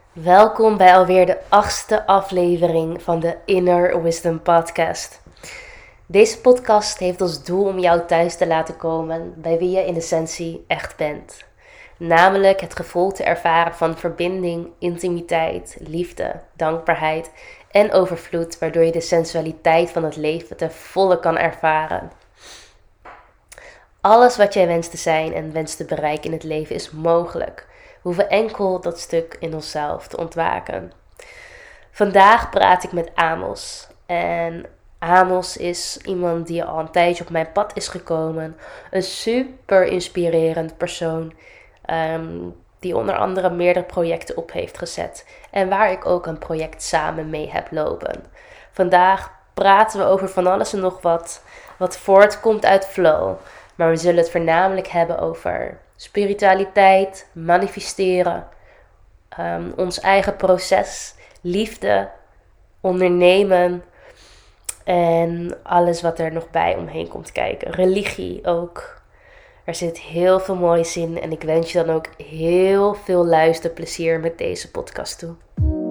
Welkom bij alweer de 8e aflevering van de Inner Wisdom Podcast. Deze podcast heeft als doel om jou thuis te laten komen bij wie je in essentie echt bent. Namelijk het gevoel te ervaren van verbinding, intimiteit, liefde, dankbaarheid en overvloed, waardoor je de sensualiteit van het leven ten volle kan ervaren. Alles wat jij wenst te zijn en wenst te bereiken in het leven is mogelijk. We hoeven enkel dat stuk in onszelf te ontwaken. Vandaag praat ik met Amos. En Amos is iemand die al een tijdje op mijn pad is gekomen. Een super inspirerend persoon. Die onder andere meerdere projecten op heeft gezet. En waar ik ook een project samen mee heb lopen. Vandaag praten we over van alles en nog wat voortkomt uit flow. Maar we zullen het voornamelijk hebben over spiritualiteit, manifesteren, ons eigen proces, liefde, ondernemen en alles wat er nog bij omheen komt kijken. Religie ook. Er zit heel veel moois in en ik wens je dan ook heel veel luisterplezier met deze podcast toe.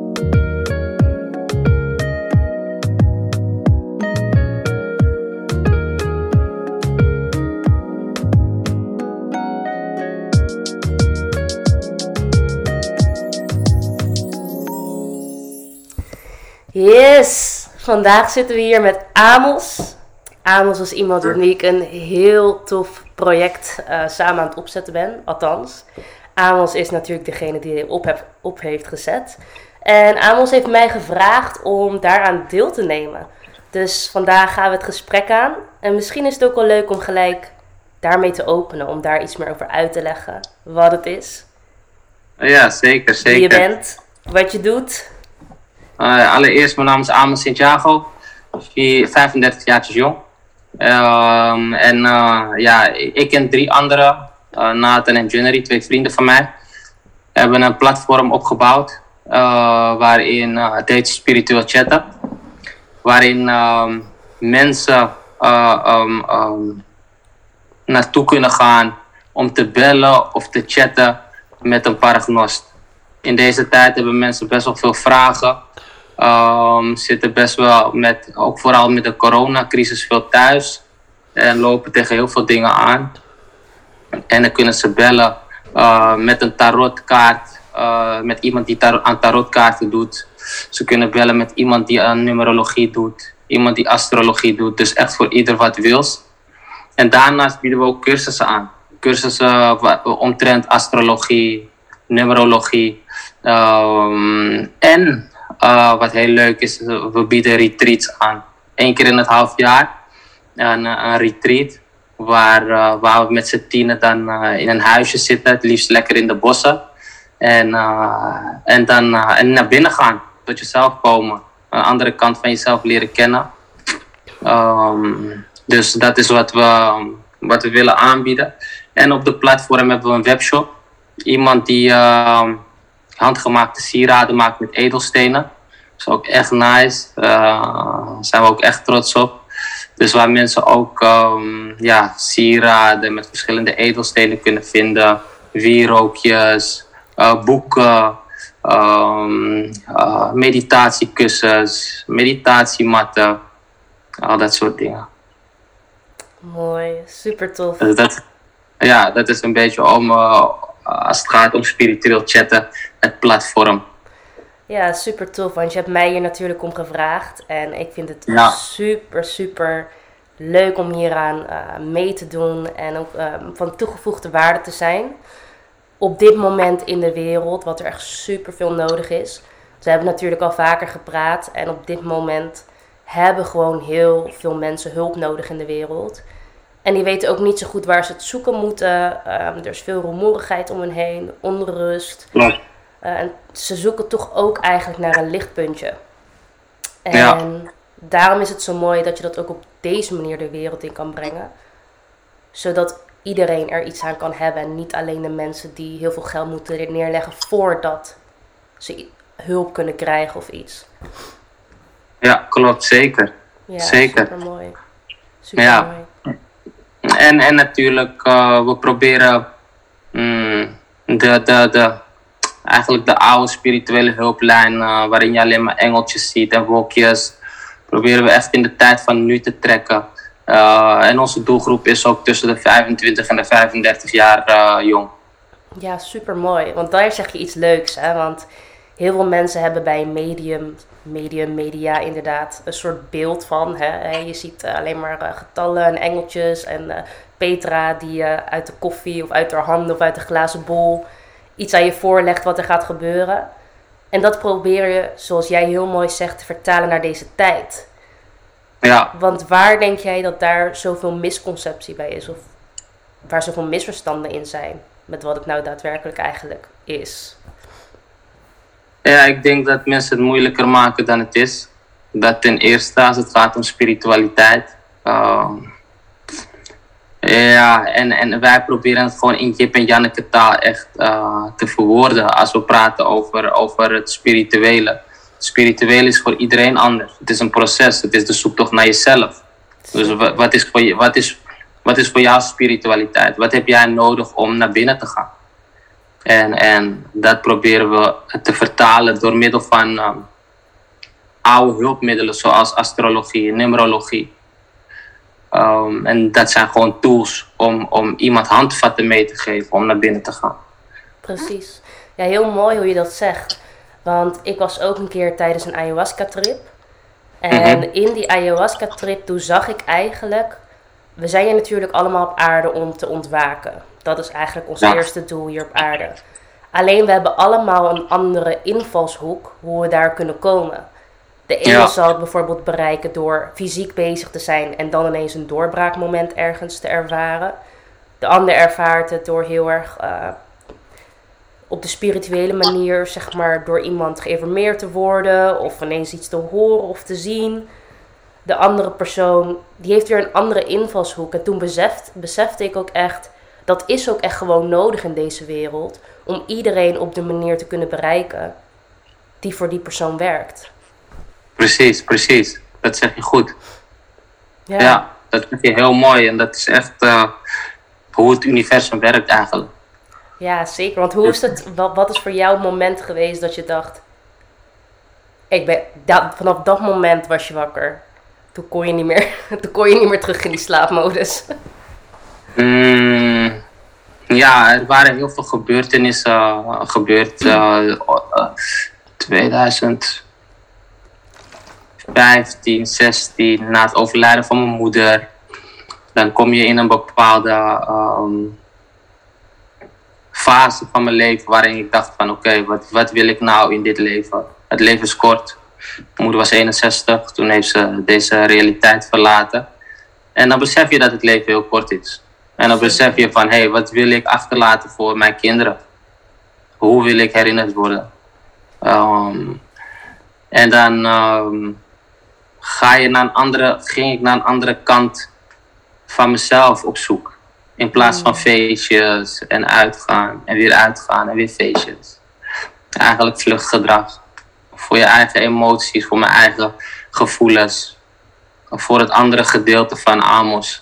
Yes, vandaag zitten we hier met Amos. Amos is iemand met wie ik een heel tof project samen aan het opzetten ben, althans. Amos is natuurlijk degene die dit op heeft gezet. En Amos heeft mij gevraagd om daaraan deel te nemen. Dus vandaag gaan we het gesprek aan. En misschien is het ook wel leuk om gelijk daarmee te openen, om daar iets meer over uit te leggen. Wat het is. Ja, zeker. Wie je bent, wat je doet. Allereerst, mijn naam is Amos Santiago, 35 jaar jong. Ik en 3 anderen, Nathan en Junnery, 2 vrienden van mij, hebben een platform opgebouwd waarin het heet Spiritueel Chatten. Waarin mensen naartoe kunnen gaan om te bellen of te chatten met een paragnost. In deze tijd hebben mensen best wel veel vragen. Zitten best wel ook vooral met de coronacrisis veel thuis. En lopen tegen heel veel dingen aan. En dan kunnen ze bellen met een tarotkaart. Met iemand die aan tarotkaarten doet. Ze kunnen bellen met iemand die aan numerologie doet. Iemand die astrologie doet. Dus echt voor ieder wat wils. En daarnaast bieden we ook cursussen aan. Cursussen omtrent astrologie, numerologie. Wat heel leuk is, we bieden retreats aan. 1 keer in het half jaar een retreat waar we met z'n 10 dan in een huisje zitten, het liefst lekker in de bossen. En naar binnen gaan, tot jezelf komen. Een andere kant van jezelf leren kennen. Dus dat is wat we willen aanbieden. En op de platform hebben we een webshop. Iemand die handgemaakte sieraden maakt met edelstenen. Dat is ook echt nice. Daar zijn we ook echt trots op. Dus waar mensen ook sieraden met verschillende edelstenen kunnen vinden. Wierookjes, boeken, meditatiekussens, meditatiematten. Al dat soort dingen. Mooi, super tof. Dat is een beetje als het gaat om spiritueel chatten, het platform. Ja, super tof, want je hebt mij hier natuurlijk om gevraagd. En ik vind het super leuk om hieraan mee te doen. En ook van toegevoegde waarde te zijn. Op dit moment in de wereld, wat er echt super veel nodig is. We hebben natuurlijk al vaker gepraat. En op dit moment hebben gewoon heel veel mensen hulp nodig in de wereld. En die weten ook niet zo goed waar ze het zoeken moeten. Er is veel rumoerigheid om hen heen, onrust. Ja. En ze zoeken toch ook eigenlijk naar een lichtpuntje. En daarom is het zo mooi dat je dat ook op deze manier de wereld in kan brengen. Zodat iedereen er iets aan kan hebben. En niet alleen de mensen die heel veel geld moeten neerleggen voordat ze hulp kunnen krijgen of iets. Ja, klopt, zeker. Ja, zeker. Supermooi. Supermooi. En natuurlijk, we proberen eigenlijk de oude spirituele hulplijn, waarin je alleen maar engeltjes ziet en wolkjes, proberen we echt in de tijd van nu te trekken. En onze doelgroep is ook tussen de 25 en de 35 jaar jong. Ja, super mooi. Want daar zeg je iets leuks, hè? Want heel veel mensen hebben bij media inderdaad een soort beeld van. Hè? Je ziet alleen maar getallen en engeltjes en Petra die uit de koffie of uit haar handen of uit de glazen bol iets aan je voorlegt wat er gaat gebeuren. En dat probeer je, zoals jij heel mooi zegt, te vertalen naar deze tijd. Ja. Want waar denk jij dat daar zoveel misconceptie bij is? Of waar zoveel misverstanden in zijn? Met wat het nou daadwerkelijk eigenlijk is. Ja, ik denk dat mensen het moeilijker maken dan het is. Dat ten eerste als het gaat om spiritualiteit. Ja, en wij proberen het gewoon in Jip en Janneke taal echt te verwoorden als we praten over het spirituele. Het spirituele is voor iedereen anders. Het is een proces, het is de zoektocht naar jezelf. Dus wat is voor jou spiritualiteit? Wat heb jij nodig om naar binnen te gaan? En dat proberen we te vertalen door middel van oude hulpmiddelen zoals astrologie, numerologie. En dat zijn gewoon tools om iemand handvatten mee te geven om naar binnen te gaan. Precies. Ja, heel mooi hoe je dat zegt. Want ik was ook een keer tijdens een ayahuasca-trip. En in die ayahuasca-trip, toen zag ik eigenlijk... We zijn hier natuurlijk allemaal op aarde om te ontwaken. Dat is eigenlijk ons eerste doel hier op aarde. Alleen we hebben allemaal een andere invalshoek hoe we daar kunnen komen. De ene zal het bijvoorbeeld bereiken door fysiek bezig te zijn en dan ineens een doorbraakmoment ergens te ervaren. De ander ervaart het door heel erg op de spirituele manier, zeg maar, door iemand geïnformeerd te worden of ineens iets te horen of te zien. De andere persoon, die heeft weer een andere invalshoek. En toen besefte ik ook echt, dat is ook echt gewoon nodig in deze wereld, om iedereen op de manier te kunnen bereiken die voor die persoon werkt. Precies. Dat zeg je goed. Ja, dat vind je heel mooi. En dat is echt hoe het universum werkt eigenlijk. Ja, zeker. Want hoe is het, wat is voor jou het moment geweest dat je dacht... vanaf dat moment was je wakker. Toen kon je niet meer terug in die slaapmodus. Ja, er waren heel veel gebeurtenissen gebeurd. 2015, 16, na het overlijden van mijn moeder. Dan kom je in een bepaalde fase van mijn leven waarin ik dacht van oké, wat wil ik nou in dit leven? Het leven is kort. Mijn moeder was 61, toen heeft ze deze realiteit verlaten. En dan besef je dat het leven heel kort is. En dan besef je van hé, wat wil ik achterlaten voor mijn kinderen? Hoe wil ik herinnerd worden? En dan ging ik naar een andere kant van mezelf op zoek. In plaats van feestjes en uitgaan en weer feestjes. Eigenlijk vluchtgedrag. Voor je eigen emoties, voor mijn eigen gevoelens. Voor het andere gedeelte van Amos.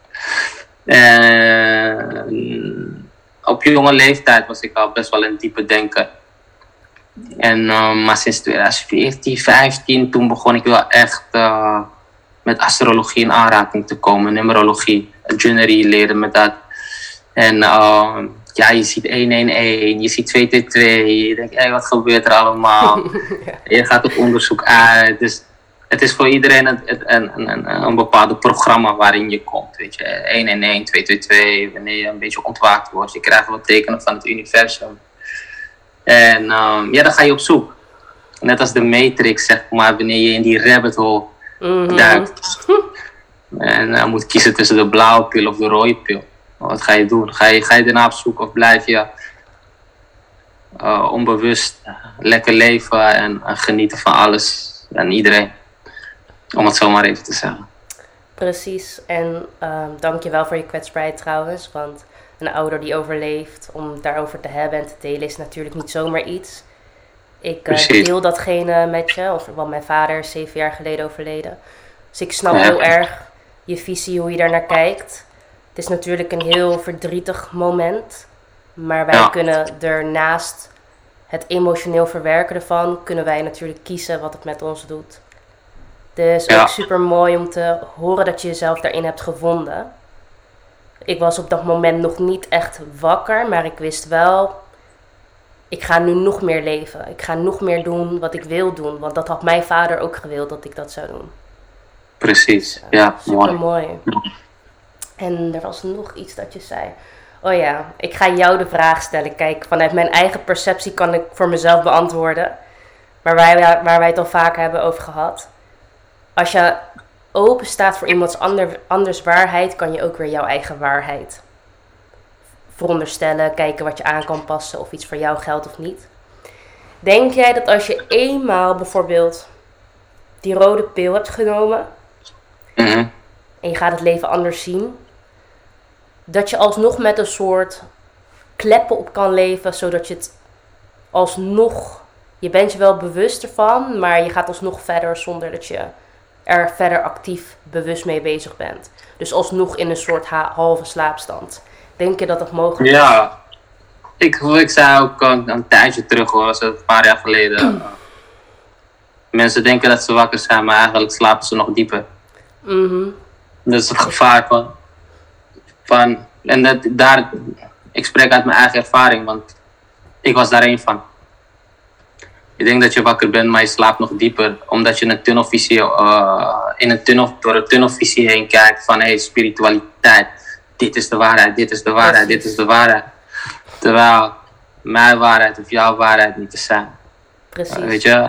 Op jonge leeftijd was ik al best wel een diepe denker. Maar sinds 2014, 2015, toen begon ik wel echt met astrologie in aanraking te komen. Numerologie, Junnery leren met dat. En je ziet 111, je ziet 222. Je denkt, wat gebeurt er allemaal? Je gaat op onderzoek uit. Dus het is voor iedereen een bepaald programma waarin je komt. Weet je, 111, 222, wanneer je een beetje ontwaakt wordt. Je krijgt wat tekenen van het universum. En dan ga je op zoek. Net als de Matrix, zeg maar, wanneer je in die rabbit hole duikt. En dan moet kiezen tussen de blauwe pil of de rode pil. Wat ga je doen? Ga je daarna op zoek of blijf je onbewust lekker leven en genieten van alles en iedereen? Om het zo maar even te zeggen. Precies. En dank je wel voor je kwetsbaarheid trouwens. Want een ouder die overleeft, om daarover te hebben en te delen, is natuurlijk niet zomaar iets. Ik deel datgene met je, want mijn vader is 7 jaar geleden overleden. Dus ik snap heel erg je visie, hoe je daar naar kijkt. Het is natuurlijk een heel verdrietig moment. Maar wij kunnen ernaast het emotioneel verwerken ervan, kunnen wij natuurlijk kiezen wat het met ons doet. Dus ook super mooi om te horen dat je jezelf daarin hebt gevonden. Ik was op dat moment nog niet echt wakker, maar ik wist wel, ik ga nu nog meer leven. Ik ga nog meer doen wat ik wil doen, want dat had mijn vader ook gewild dat ik dat zou doen. Precies, ja, super mooi. En er was nog iets dat je zei. Oh ja, ik ga jou de vraag stellen. Kijk, vanuit mijn eigen perceptie kan ik voor mezelf beantwoorden. Maar waar wij het al vaker hebben over gehad. Als je open staat voor iemands anders waarheid, kan je ook weer jouw eigen waarheid veronderstellen. Kijken wat je aan kan passen of iets voor jou geldt of niet. Denk jij dat als je eenmaal bijvoorbeeld die rode pil hebt genomen... en je gaat het leven anders zien... dat je alsnog met een soort kleppen op kan leven, zodat je het alsnog... Je bent je wel bewust ervan, maar je gaat alsnog verder zonder dat je er verder actief bewust mee bezig bent. Dus alsnog in een soort halve slaapstand. Denk je dat dat mogelijk is? Ja, ik zei ook een tijdje terug hoor, een paar jaar geleden. Mensen denken dat ze wakker zijn, maar eigenlijk slapen ze nog dieper. Dat is het gevaar van en ik spreek uit mijn eigen ervaring, want ik was daar één van. Je denkt dat je wakker bent, maar je slaapt nog dieper, omdat je door een tunnelvisie heen kijkt van spiritualiteit. Dit is de waarheid, dit is de waarheid, dit is de waarheid. Terwijl mijn waarheid of jouw waarheid niet te zijn. Precies. Weet je,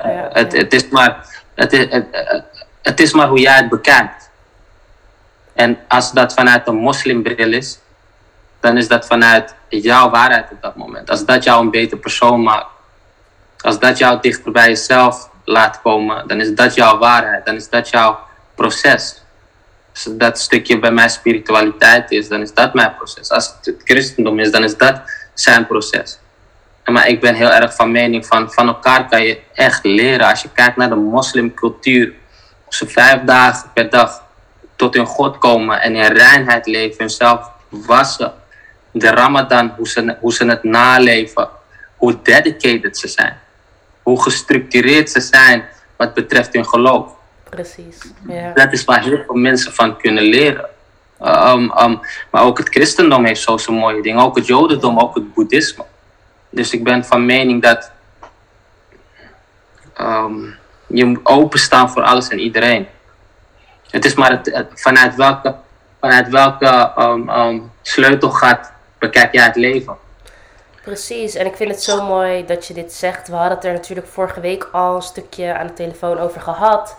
het is maar hoe jij het bekijkt. En als dat vanuit een moslimbril is, dan is dat vanuit jouw waarheid op dat moment. Als dat jou een beter persoon maakt, als dat jou dichter bij jezelf laat komen, dan is dat jouw waarheid, dan is dat jouw proces. Als dat stukje bij mijn spiritualiteit is, dan is dat mijn proces. Als het christendom is, dan is dat zijn proces. Maar ik ben heel erg van mening van elkaar kan je echt leren. Als je kijkt naar de moslimcultuur, ze 5 dagen per dag tot hun God komen en in reinheid leven, hunzelf wassen. De Ramadan, hoe ze het naleven, hoe dedicated ze zijn, hoe gestructureerd ze zijn wat betreft hun geloof. Precies, ja. Dat is waar heel veel mensen van kunnen leren. Maar ook het christendom heeft zo zijn mooie dingen, ook het jodendom, ook het boeddhisme. Dus ik ben van mening dat je moet openstaan voor alles en iedereen. Het is maar vanuit welke sleutelgat bekijk jij het leven. Precies, en ik vind het zo mooi dat je dit zegt. We hadden het er natuurlijk vorige week al een stukje aan de telefoon over gehad.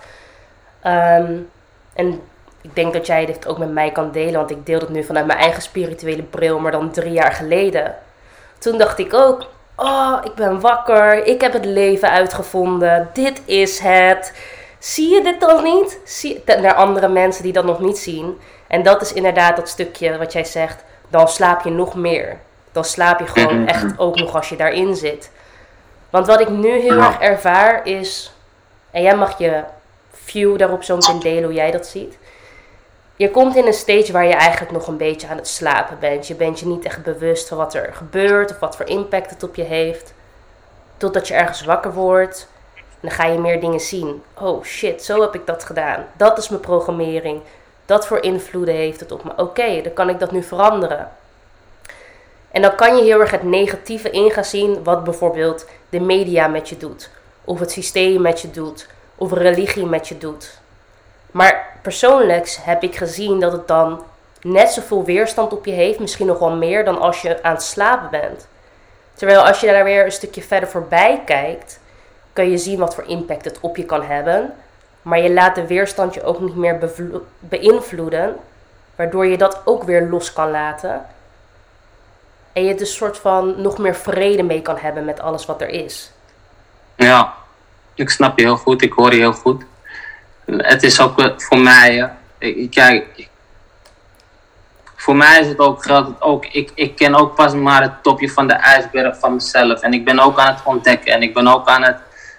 En ik denk dat jij dit ook met mij kan delen, want ik deel het nu vanuit mijn eigen spirituele bril, maar dan 3 jaar geleden. Toen dacht ik ook, ik ben wakker, ik heb het leven uitgevonden, dit is het. Zie je dit dan niet? Naar andere mensen die dat nog niet zien. En dat is inderdaad dat stukje wat jij zegt, dan slaap je nog meer. Dan slaap je gewoon echt ook nog als je daarin zit. Want wat ik nu heel erg ervaar is, en jij mag je view daarop zo meteen delen hoe jij dat ziet. Je komt in een stage waar je eigenlijk nog een beetje aan het slapen bent. Je bent je niet echt bewust van wat er gebeurt of wat voor impact het op je heeft. Totdat je ergens wakker wordt. En dan ga je meer dingen zien. Oh shit, zo heb ik dat gedaan. Dat is mijn programmering. Dat voor invloeden heeft het op me. Oké, dan kan ik dat nu veranderen. En dan kan je heel erg het negatieve in gaan zien wat bijvoorbeeld de media met je doet. Of het systeem met je doet. Of religie met je doet. Maar persoonlijk heb ik gezien dat het dan net zoveel weerstand op je heeft. Misschien nog wel meer dan als je aan het slapen bent. Terwijl als je daar weer een stukje verder voorbij kijkt, kun je zien wat voor impact het op je kan hebben. Maar je laat de weerstand je ook niet meer beïnvloeden. Waardoor je dat ook weer los kan laten. En je dus soort van nog meer vrede mee kan hebben met alles wat er is. Ja, ik snap je heel goed. Ik hoor je heel goed. Het is ook voor mij, kijk, voor mij is het ook, geldt het ook, ik ken ook pas maar het topje van de ijsberg van mezelf. En ik ben ook aan het ontdekken en ik ben ook aan het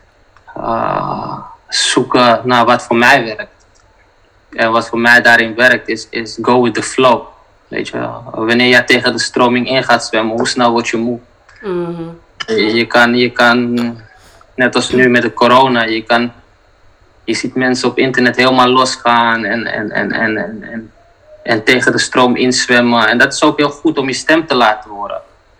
zoeken naar wat voor mij werkt. En wat voor mij daarin werkt is go with the flow. Weet je wel, wanneer jij tegen de stroming in gaat zwemmen, hoe snel word je moe? Je kan, net als nu met de corona, je ziet mensen op internet helemaal losgaan en tegen de stroom inzwemmen. En dat is ook heel goed om je stem te laten horen.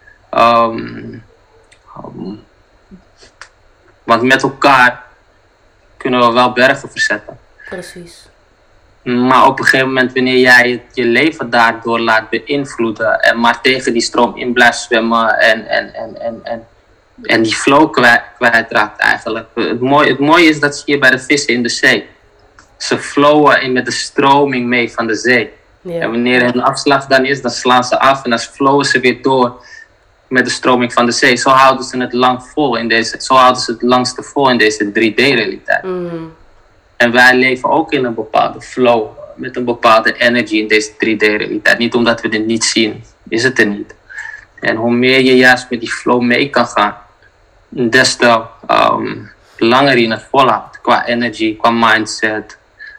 Want met elkaar kunnen we wel bergen verzetten. Precies. Maar op een gegeven moment, wanneer jij je leven daardoor laat beïnvloeden en maar tegen die stroom in blijft zwemmen en die flow kwijtraakt eigenlijk. Het mooie is dat zie je bij de vissen in de zee. Ze flowen met de stroming mee van de zee. Ja. En wanneer er een afslag dan is, dan slaan ze af en dan flowen ze weer door met de stroming van de zee. Zo houden ze het lang vol zo houden ze het langste vol in deze 3D-realiteit. En wij leven ook in een bepaalde flow, met een bepaalde energy in deze 3D-realiteit. Niet omdat we het niet zien, is het er niet. En hoe meer je juist met die flow mee kan gaan, des te langer je het volhoudt. Qua energy, qua mindset.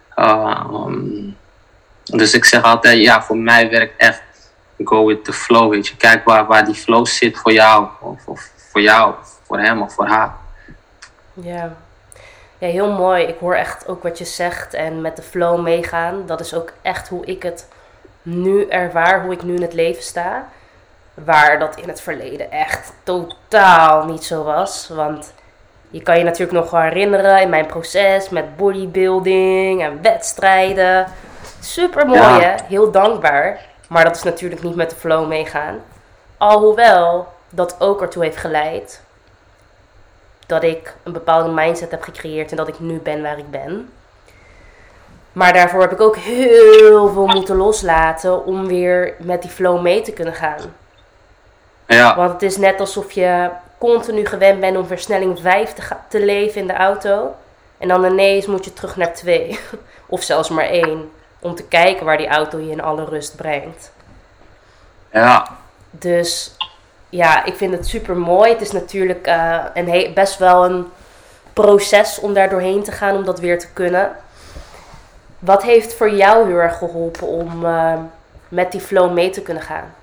Dus ik zeg altijd, ja, voor mij werkt echt go with the flow, weet je. Kijk waar die flow zit voor jou, of voor jou, voor hem of voor haar. Ja. Ja, heel mooi. Ik hoor echt ook wat je zegt en met de flow meegaan. Dat is ook echt hoe ik het nu ervaar, hoe ik nu in het leven sta. Waar dat in het verleden echt totaal niet zo was. Want je kan je natuurlijk nog wel herinneren in mijn proces met bodybuilding en wedstrijden. Super mooi, ja. Hè? Heel dankbaar. Maar dat is natuurlijk niet met de flow meegaan. Alhoewel dat ook ertoe heeft geleid dat ik een bepaalde mindset heb gecreëerd en dat ik nu ben waar ik ben. Maar daarvoor heb ik ook heel veel moeten loslaten om weer met die flow mee te kunnen gaan. Ja. Want het is net alsof je continu gewend bent om versnelling 5 te leven in de auto. En dan ineens moet je terug naar 2. Of zelfs maar 1. Om te kijken waar die auto je in alle rust brengt. Ja. Dus ja, ik vind het super mooi. Het is natuurlijk best wel een proces om daar doorheen te gaan, om dat weer te kunnen. Wat heeft voor jou heel erg geholpen om met die flow mee te kunnen gaan?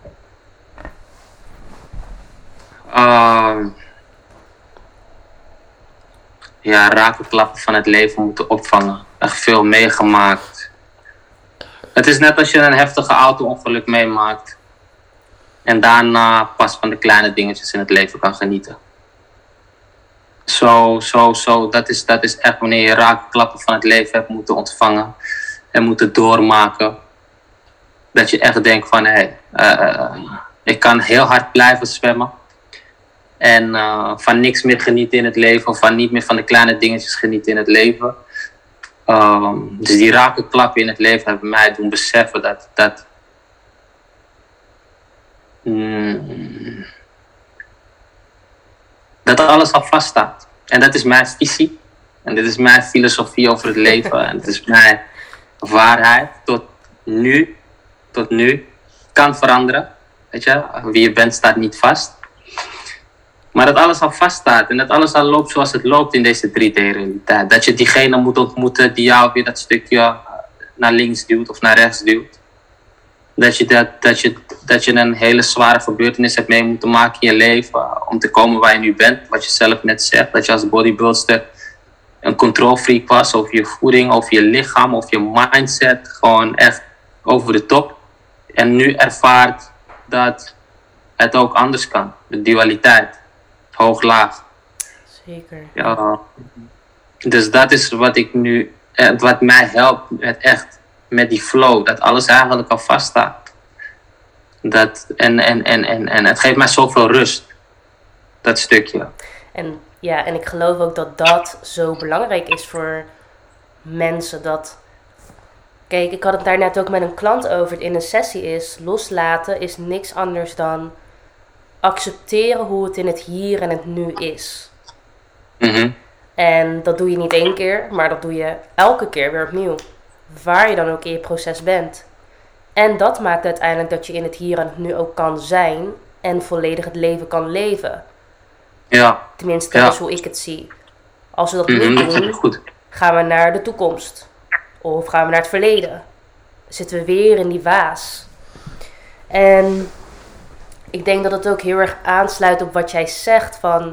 Rakenklappen van het leven moeten opvangen. Echt veel meegemaakt. Het is net als je een heftige auto-ongeluk meemaakt. En daarna pas van de kleine dingetjes in het leven kan genieten. Dat is echt wanneer je raakklappen van het leven hebt moeten ontvangen. En moeten doormaken. Dat je echt denkt van, ik kan heel hard blijven zwemmen. En van niks meer genieten in het leven. Of van niet meer van de kleine dingetjes genieten in het leven. Dus die rakenklappen in het leven hebben mij doen beseffen dat alles al vaststaat. En dat is mijn visie. En dit is mijn filosofie over het leven. En het is mijn waarheid. Tot nu. Kan veranderen. Weet je, wie je bent staat niet vast. Maar dat alles al vaststaat. En dat alles al loopt zoals het loopt in deze 3D-realiteit. Dat je diegene moet ontmoeten die jou weer dat stukje naar links duwt of naar rechts duwt. Dat je een hele zware gebeurtenis hebt mee moeten maken in je leven. Om te komen waar je nu bent. Wat je zelf net zegt. Dat je als bodybuilder een controlfreak was. Over je voeding, over je lichaam, over je mindset. Gewoon echt over de top. En nu ervaart dat het ook anders kan. De dualiteit. Hoog-laag. Zeker. Ja. Dus dat is wat ik nu, wat mij helpt met die flow. Dat alles eigenlijk al vaststaat. En het geeft mij zoveel rust. Dat stukje. En ik geloof ook dat zo belangrijk is voor mensen. Kijk, ik had het daar net ook met een klant over in een sessie loslaten is niks anders dan accepteren hoe het in het hier en het nu is. Mm-hmm. En dat doe je niet 1 keer, maar dat doe je elke keer weer opnieuw. Waar je dan ook in je proces bent. En dat maakt uiteindelijk dat je in het hier en het nu ook kan zijn en volledig het leven kan leven. Ja. Tenminste, dat is hoe ik het zie. Als we dat niet doen, gaan we naar de toekomst. Of gaan we naar het verleden. Dan zitten we weer in die waas. En ik denk dat het ook heel erg aansluit op wat jij zegt van...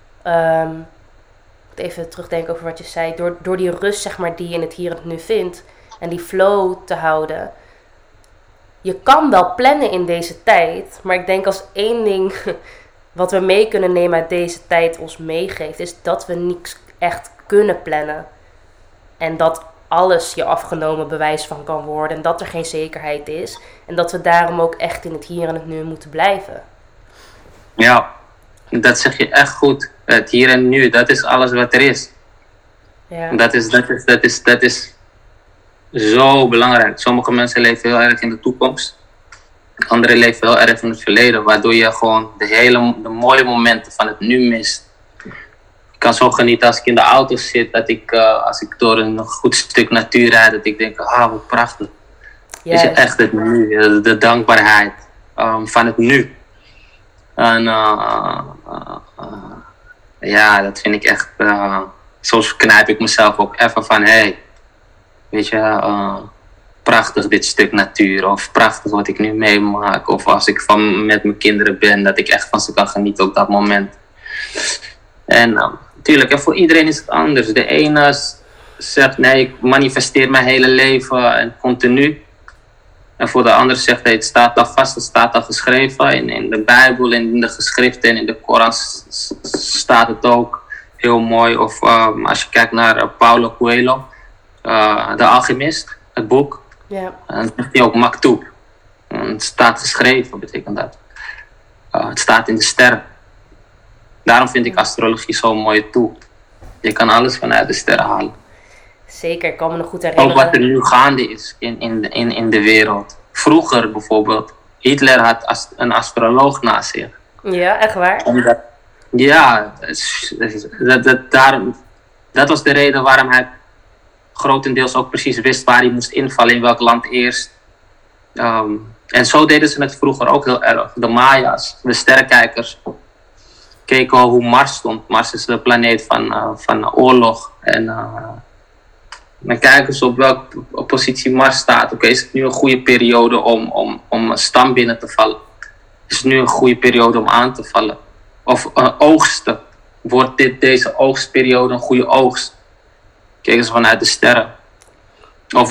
even terugdenken over wat je zei. Door die rust, zeg maar, die je in het hier en het nu vindt. En die flow te houden. Je kan wel plannen in deze tijd. Maar ik denk als één ding wat we mee kunnen nemen uit deze tijd ons meegeeft. Is dat we niets echt kunnen plannen. En dat alles je afgenomen bewijs van kan worden. En dat er geen zekerheid is. En dat we daarom ook echt in het hier en het nu moeten blijven. Ja, dat zeg je echt goed. Het hier en nu, dat is alles wat er is. Ja. Dat is zo belangrijk. Sommige mensen leven heel erg in de toekomst. Anderen leven heel erg in het verleden. Waardoor je gewoon de mooie momenten van het nu mist. Ik kan zo genieten als ik in de auto zit. Dat ik, als ik door een goed stuk natuur rijd. Dat ik denk, wat prachtig. Is je echt het nu. De dankbaarheid van het nu. En ja, dat vind ik echt... soms knijp ik mezelf ook even van... weet je, prachtig dit stuk natuur. Of prachtig wat ik nu meemaak. Of als ik met mijn kinderen ben... dat ik echt van ze kan genieten op dat moment. En natuurlijk, voor iedereen is het anders. De ene zegt, nee, ik manifesteer mijn hele leven en continu. En voor de ander zegt hij, het staat al vast, het staat al geschreven. In de Bijbel, in de geschriften en in de Koran staat het ook heel mooi. Of als je kijkt naar Paulo Coelho, De Alchemist, het boek. Ja. Dan zegt hij ook Maktub. Het staat geschreven, betekent dat. Het staat in de sterren. Daarom vind ik astrologie zo'n mooie tool. Je kan alles vanuit de sterren halen. Zeker, ik kan me nog goed herinneren. Ook wat er nu gaande is in de wereld. Vroeger bijvoorbeeld, Hitler had een astroloog naast zich. Ja, echt waar? Ja, dat was de reden waarom hij grotendeels ook precies wist waar hij moest invallen, in welk land eerst. En zo deden ze het vroeger ook heel erg. De Maya's, de sterrenkijkers, keken al hoe Mars stond. Mars is de planeet van oorlog. En dan kijken ze op welke positie Mars staat. Oké, is het nu een goede periode om een stam binnen te vallen? Is het nu een goede periode om aan te vallen? Of oogsten? Wordt deze oogstperiode een goede oogst? Kijken ze vanuit de sterren. Of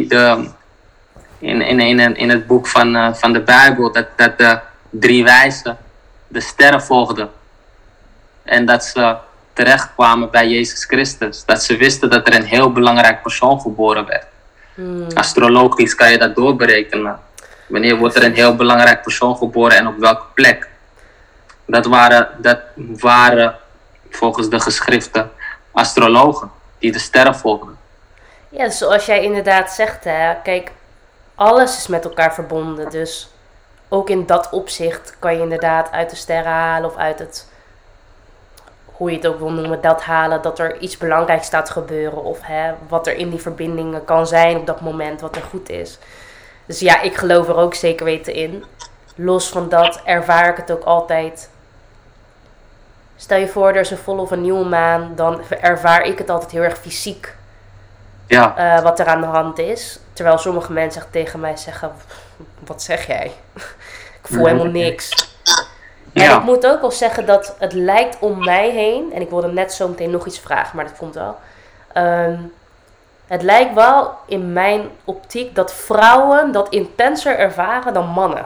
in het boek van de Bijbel, dat de 3 wijzen de sterren volgden. En dat ze terechtkwamen bij Jezus Christus. Dat ze wisten dat er een heel belangrijk persoon geboren werd. Astrologisch kan je dat doorberekenen. Wanneer wordt er een heel belangrijk persoon geboren en op welke plek? Dat waren volgens de geschriften astrologen die de sterren volgden. Ja, dus zoals jij inderdaad zegt, hè, kijk, alles is met elkaar verbonden. Dus ook in dat opzicht kan je inderdaad uit de sterren halen of uit het, hoe je het ook wil noemen, dat halen, dat er iets belangrijks staat gebeuren. Of wat er in die verbindingen kan zijn op dat moment, wat er goed is. Dus ja, ik geloof er ook zeker weten in. Los van dat ervaar ik het ook altijd. Stel je voor, er is een volle of een nieuwe maan, dan ervaar ik het altijd heel erg fysiek. Ja. Wat er aan de hand is. Terwijl sommige mensen tegen mij zeggen, wat zeg jij? Ik voel helemaal niks. Ja. En ik moet ook wel zeggen dat het lijkt om mij heen, en ik wilde net zo meteen nog iets vragen, maar dat komt wel. Het lijkt wel in mijn optiek dat vrouwen dat intenser ervaren dan mannen.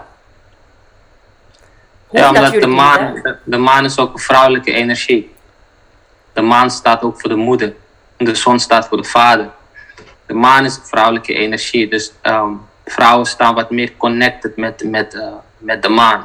Ja, omdat de maan is ook een vrouwelijke energie. De maan staat ook voor de moeder. De zon staat voor de vader. De maan is een vrouwelijke energie. Dus vrouwen staan wat meer connected met de maan.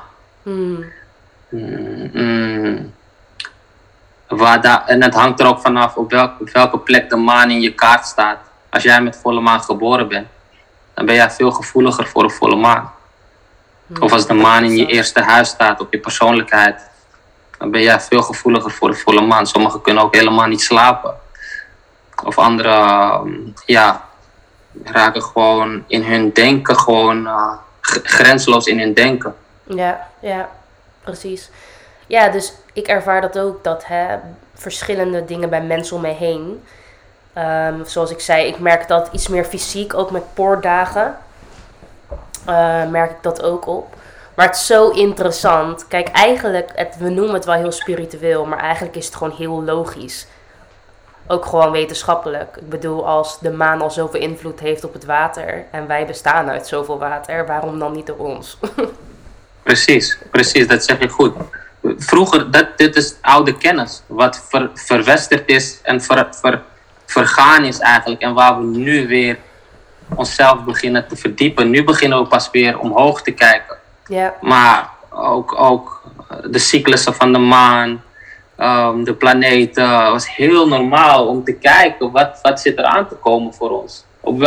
En het hangt er ook vanaf op welke plek de maan in je kaart staat. Als jij met volle maan geboren bent, dan ben jij veel gevoeliger voor de volle maan. Of als de maan in je eerste huis staat, op je persoonlijkheid, dan ben jij veel gevoeliger voor de volle maan. Sommigen kunnen ook helemaal niet slapen. Of anderen, raken gewoon in hun denken, grensloos in hun denken. Ja, precies. Ja, dus ik ervaar dat ook, dat verschillende dingen bij mensen om mij heen. Zoals ik zei, ik merk dat iets meer fysiek, ook met poordagen. Merk ik dat ook op. Maar het is zo interessant. Kijk, eigenlijk, we noemen het wel heel spiritueel, maar eigenlijk is het gewoon heel logisch. Ook gewoon wetenschappelijk. Ik bedoel, als de maan al zoveel invloed heeft op het water en wij bestaan uit zoveel water, waarom dan niet door ons? Precies, dat zeg je goed. Vroeger, dit is oude kennis, wat verwesterd is en vergaan is eigenlijk. En waar we nu weer onszelf beginnen te verdiepen. Nu beginnen we pas weer omhoog te kijken. Ja. Maar ook de cyclussen van de maan, de planeten, was heel normaal om te kijken wat zit er aan te komen voor ons.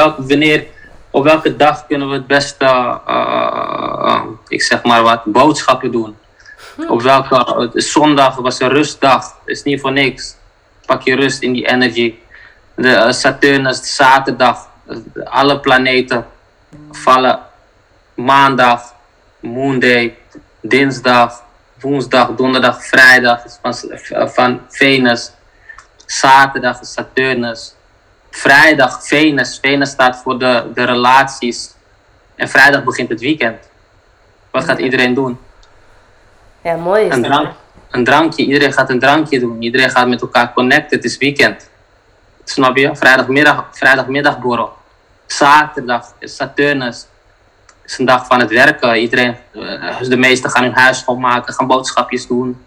Op welke dag kunnen we het beste, ik zeg maar wat, boodschappen doen. Op welke zondag was een rustdag, is niet voor niks. Pak je rust in die energy. De Saturnus, zaterdag, alle planeten vallen maandag, Moonday, dinsdag, woensdag, donderdag, vrijdag van Venus. Zaterdag is Saturnus. Vrijdag Venus. Venus staat voor de relaties. En vrijdag begint het weekend. Wat gaat iedereen doen? Ja, mooi is een drankje. Iedereen gaat een drankje doen. Iedereen gaat met elkaar connecten. Het is weekend. Snap je? Vrijdagmiddagborrel. Zaterdag is Saturnus. Het is een dag van het werken. Iedereen, de meesten gaan hun huis schoonmaken, gaan boodschapjes doen.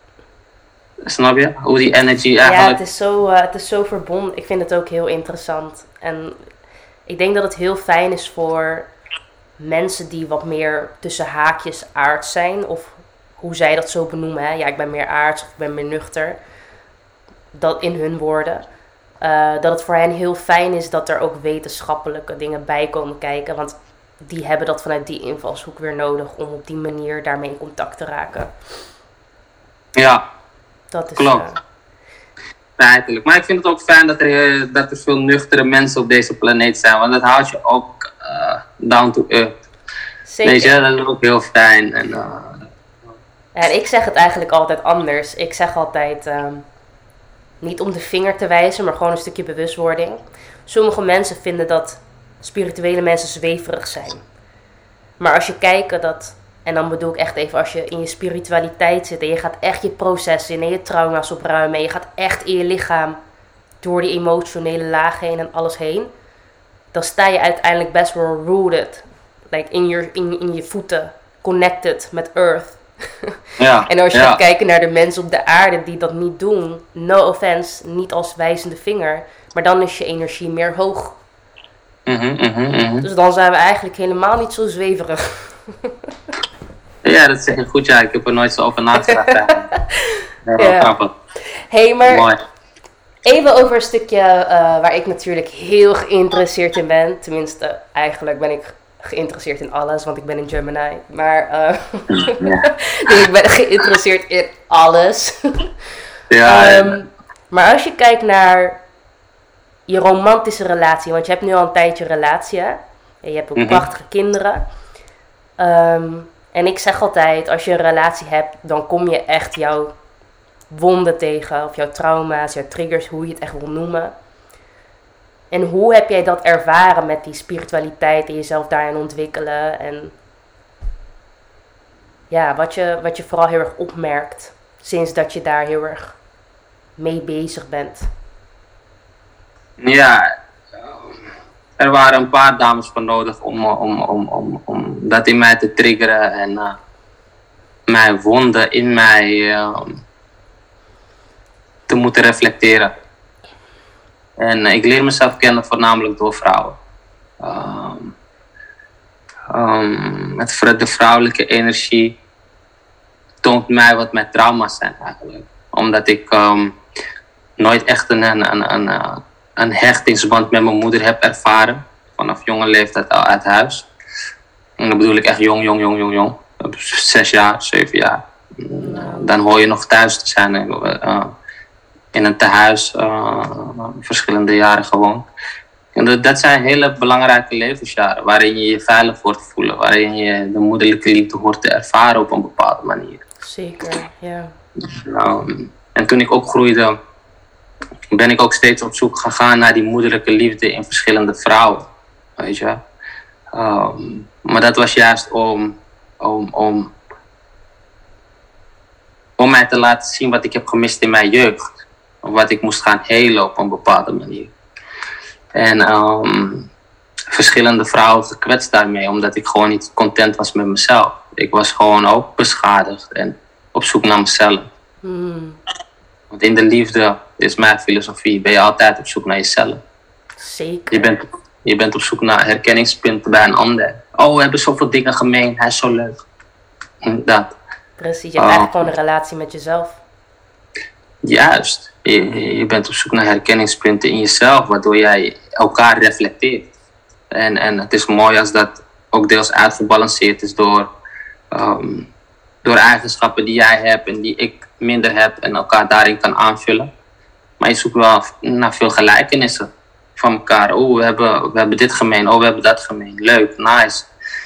Snap je? Hoe die energy eigenlijk... Ja, het is zo verbonden. Ik vind het ook heel interessant. En ik denk dat het heel fijn is voor mensen die wat meer tussen haakjes aards zijn. Of hoe zij dat zo benoemen. Hè? Ja, ik ben meer aards of ik ben meer nuchter. Dat in hun woorden. Dat het voor hen heel fijn is dat er ook wetenschappelijke dingen bij komen kijken. Want die hebben dat vanuit die invalshoek weer nodig om op die manier daarmee in contact te raken. Ja, dat is, klopt. Feitelijk. Maar ik vind het ook fijn dat er veel nuchtere mensen op deze planeet zijn. Want dat houdt je ook down to earth. Zeker. Weet je, dat is ook heel fijn. En ik zeg het eigenlijk altijd anders. Ik zeg altijd... niet om de vinger te wijzen, maar gewoon een stukje bewustwording. Sommige mensen vinden dat spirituele mensen zweverig zijn. Maar als je kijkt dat... En dan bedoel ik echt even als je in je spiritualiteit zit... en je gaat echt je processen in en je trauma's opruimen... en je gaat echt in je lichaam door die emotionele laag heen en alles heen... dan sta je uiteindelijk best wel rooted. Like in je voeten, connected met earth... Ja, en als je gaat kijken naar de mensen op de aarde die dat niet doen, no offense, niet als wijzende vinger, maar dan is je energie meer hoog. Dus dan zijn we eigenlijk helemaal niet zo zweverig. Ja, dat zeg je goed, ja. Ik heb er nooit zo over nagedacht. Ja. Hey, maar mooi. Even over een stukje waar ik natuurlijk heel geïnteresseerd in ben. Tenminste, eigenlijk ben ik geïnteresseerd in alles, want ik ben een Gemini. Maar dus ik ben geïnteresseerd in alles. Maar als je kijkt naar je romantische relatie, want je hebt nu al een tijdje relatie, hè? En je hebt ook prachtige kinderen. En ik zeg altijd, als je een relatie hebt, dan kom je echt jouw wonden tegen, of jouw trauma's, jouw triggers, hoe je het echt wil noemen. En hoe heb jij dat ervaren met die spiritualiteit en jezelf daarin ontwikkelen? En ja, wat je vooral heel erg opmerkt sinds dat je daar heel erg mee bezig bent. Ja, er waren een paar dames voor nodig om dat in mij te triggeren en mijn wonden in mij te moeten reflecteren. En ik leer mezelf kennen voornamelijk door vrouwen. De vrouwelijke energie toont mij wat mijn trauma's zijn eigenlijk. Omdat ik nooit echt een hechtingsband met mijn moeder heb ervaren. Vanaf jonge leeftijd al uit huis. En dan bedoel ik echt jong. 6 jaar, 7 jaar. Dan hoor je nog thuis te zijn. In een tehuis verschillende jaren gewoond. En dat zijn hele belangrijke levensjaren waarin je je veilig hoort voelen, waarin je de moederlijke liefde hoort te ervaren op een bepaalde manier. Zeker, ja. En toen ik opgroeide, ben ik ook steeds op zoek gegaan naar die moederlijke liefde in verschillende vrouwen, weet je. Maar dat was juist om om mij te laten zien wat ik heb gemist in mijn jeugd. Of wat ik moest gaan helen op een bepaalde manier. En verschillende vrouwen gekwetst daarmee, omdat ik gewoon niet content was met mezelf. Ik was gewoon ook beschadigd en op zoek naar mezelf. Want in de liefde, is mijn filosofie, ben je altijd op zoek naar jezelf. Zeker. Je bent op zoek naar herkenningspunten bij een ander. Oh, we hebben zoveel dingen gemeen, hij is zo leuk. Dat. Precies, je hebt eigenlijk gewoon een relatie met jezelf. Juist. Je bent op zoek naar herkenningspunten in jezelf, waardoor jij elkaar reflecteert. En het is mooi als dat ook deels uitgebalanceerd is door eigenschappen die jij hebt en die ik minder heb en elkaar daarin kan aanvullen. Maar je zoekt wel naar veel gelijkenissen van elkaar. Oh, we hebben dit gemeen. Oh, we hebben dat gemeen. Leuk, nice.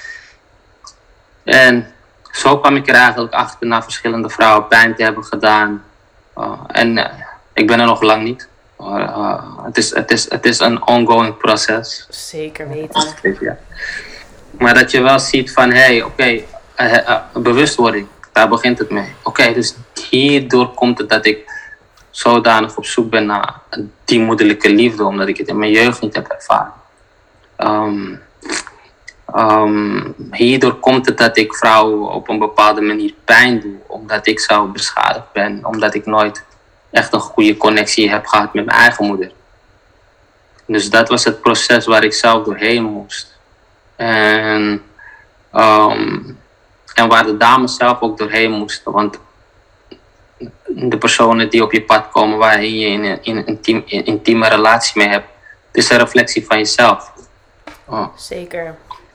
En zo kwam ik er eigenlijk achter na verschillende vrouwen pijn te hebben gedaan. Ik ben er nog lang niet. Het is een ongoing proces. Zeker weten. Ja. Maar dat je wel ziet van, bewustwording, daar begint het mee. Dus hierdoor komt het dat ik zodanig op zoek ben naar die moederlijke liefde, omdat ik het in mijn jeugd niet heb ervaren. Hierdoor komt het dat ik vrouwen op een bepaalde manier pijn doe, omdat ik zo beschadigd ben, omdat ik nooit echt een goede connectie heb gehad met mijn eigen moeder. Dus dat was het proces waar ik zelf doorheen moest. En waar de dames zelf ook doorheen moesten. Want de personen die op je pad komen waar je in een intieme relatie mee hebt, het is een reflectie van jezelf. Zeker.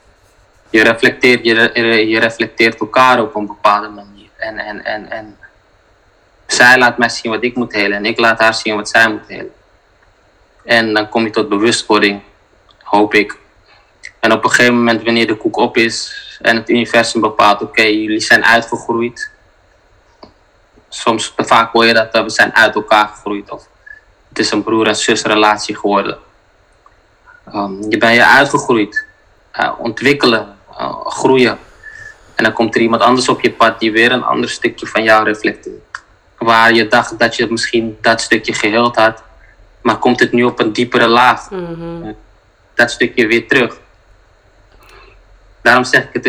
Je reflecteert elkaar op een bepaalde manier. En zij laat mij zien wat ik moet helen en ik laat haar zien wat zij moet helen. En dan kom je tot bewustwording, hoop ik. En op een gegeven moment, wanneer de koek op is en het universum bepaalt, jullie zijn uitgegroeid. Vaak hoor je dat we zijn uit elkaar gegroeid of het is een broer- en zusrelatie geworden. Je bent je uitgegroeid, ontwikkelen, groeien. En dan komt er iemand anders op je pad die weer een ander stukje van jou reflecteert. Waar je dacht dat je misschien dat stukje geheeld had, maar komt het nu op een diepere laag. Dat stukje weer terug. Daarom zeg ik,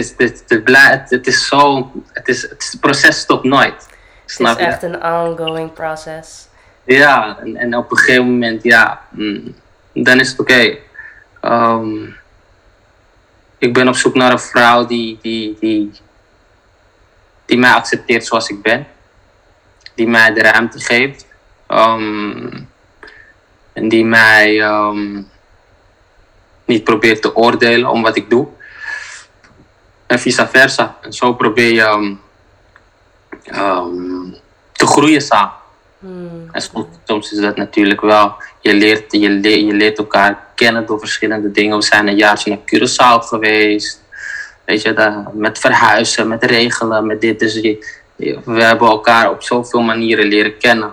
het proces stopt nooit. Snap je? Het is echt een ongoing process. Ja, en op een gegeven moment, dan is het oké. Ik ben op zoek naar een vrouw die mij accepteert zoals ik ben. Die mij de ruimte geeft. En die mij niet probeert te oordelen om wat ik doe. En vice versa. En zo probeer je te groeien samen. En soms is dat natuurlijk wel. Je leert elkaar kennen door verschillende dingen. We zijn een jaartje naar Curaçao geweest. Weet je, met verhuizen, met regelen, met dit. Dus we hebben elkaar op zoveel manieren leren kennen.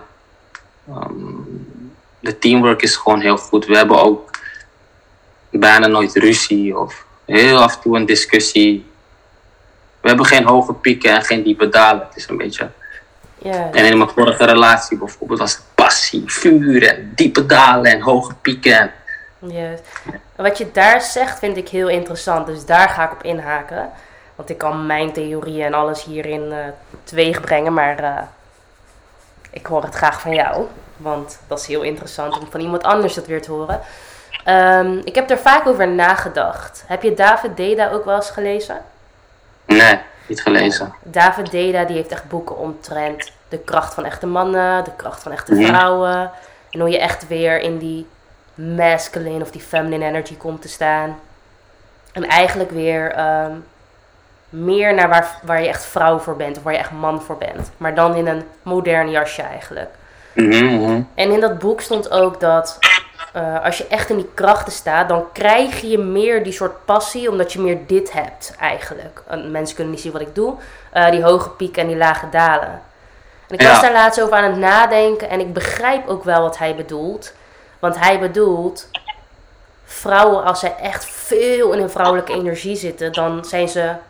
De teamwork is gewoon heel goed. We hebben ook bijna nooit ruzie of heel af en toe een discussie. We hebben geen hoge pieken en geen diepe dalen. Het is een beetje... Yeah. En in mijn vorige relatie bijvoorbeeld was het passie, vuur en diepe dalen en hoge pieken. Yes. Wat je daar zegt vind ik heel interessant. Dus daar ga ik op inhaken. Want ik kan mijn theorieën en alles hierin teweeg brengen. Maar ik hoor het graag van jou. Want dat is heel interessant om van iemand anders dat weer te horen. Ik heb er vaak over nagedacht. Heb je David Deida ook wel eens gelezen? Nee, niet gelezen. David Deida die heeft echt boeken omtrent de kracht van echte mannen, de kracht van echte vrouwen. En hoe je echt weer in die masculine of die feminine energy komt te staan. En eigenlijk weer meer naar waar je echt vrouw voor bent of waar je echt man voor bent. Maar dan in een modern jasje eigenlijk. En in dat boek stond ook dat als je echt in die krachten staat, dan krijg je meer die soort passie, omdat je meer dit hebt eigenlijk. Mensen kunnen niet zien wat ik doe. Die hoge pieken en die lage dalen. En ik was daar laatst over aan het nadenken en ik begrijp ook wel wat hij bedoelt. Want hij bedoelt, vrouwen als zij echt veel in hun vrouwelijke energie zitten, dan zijn ze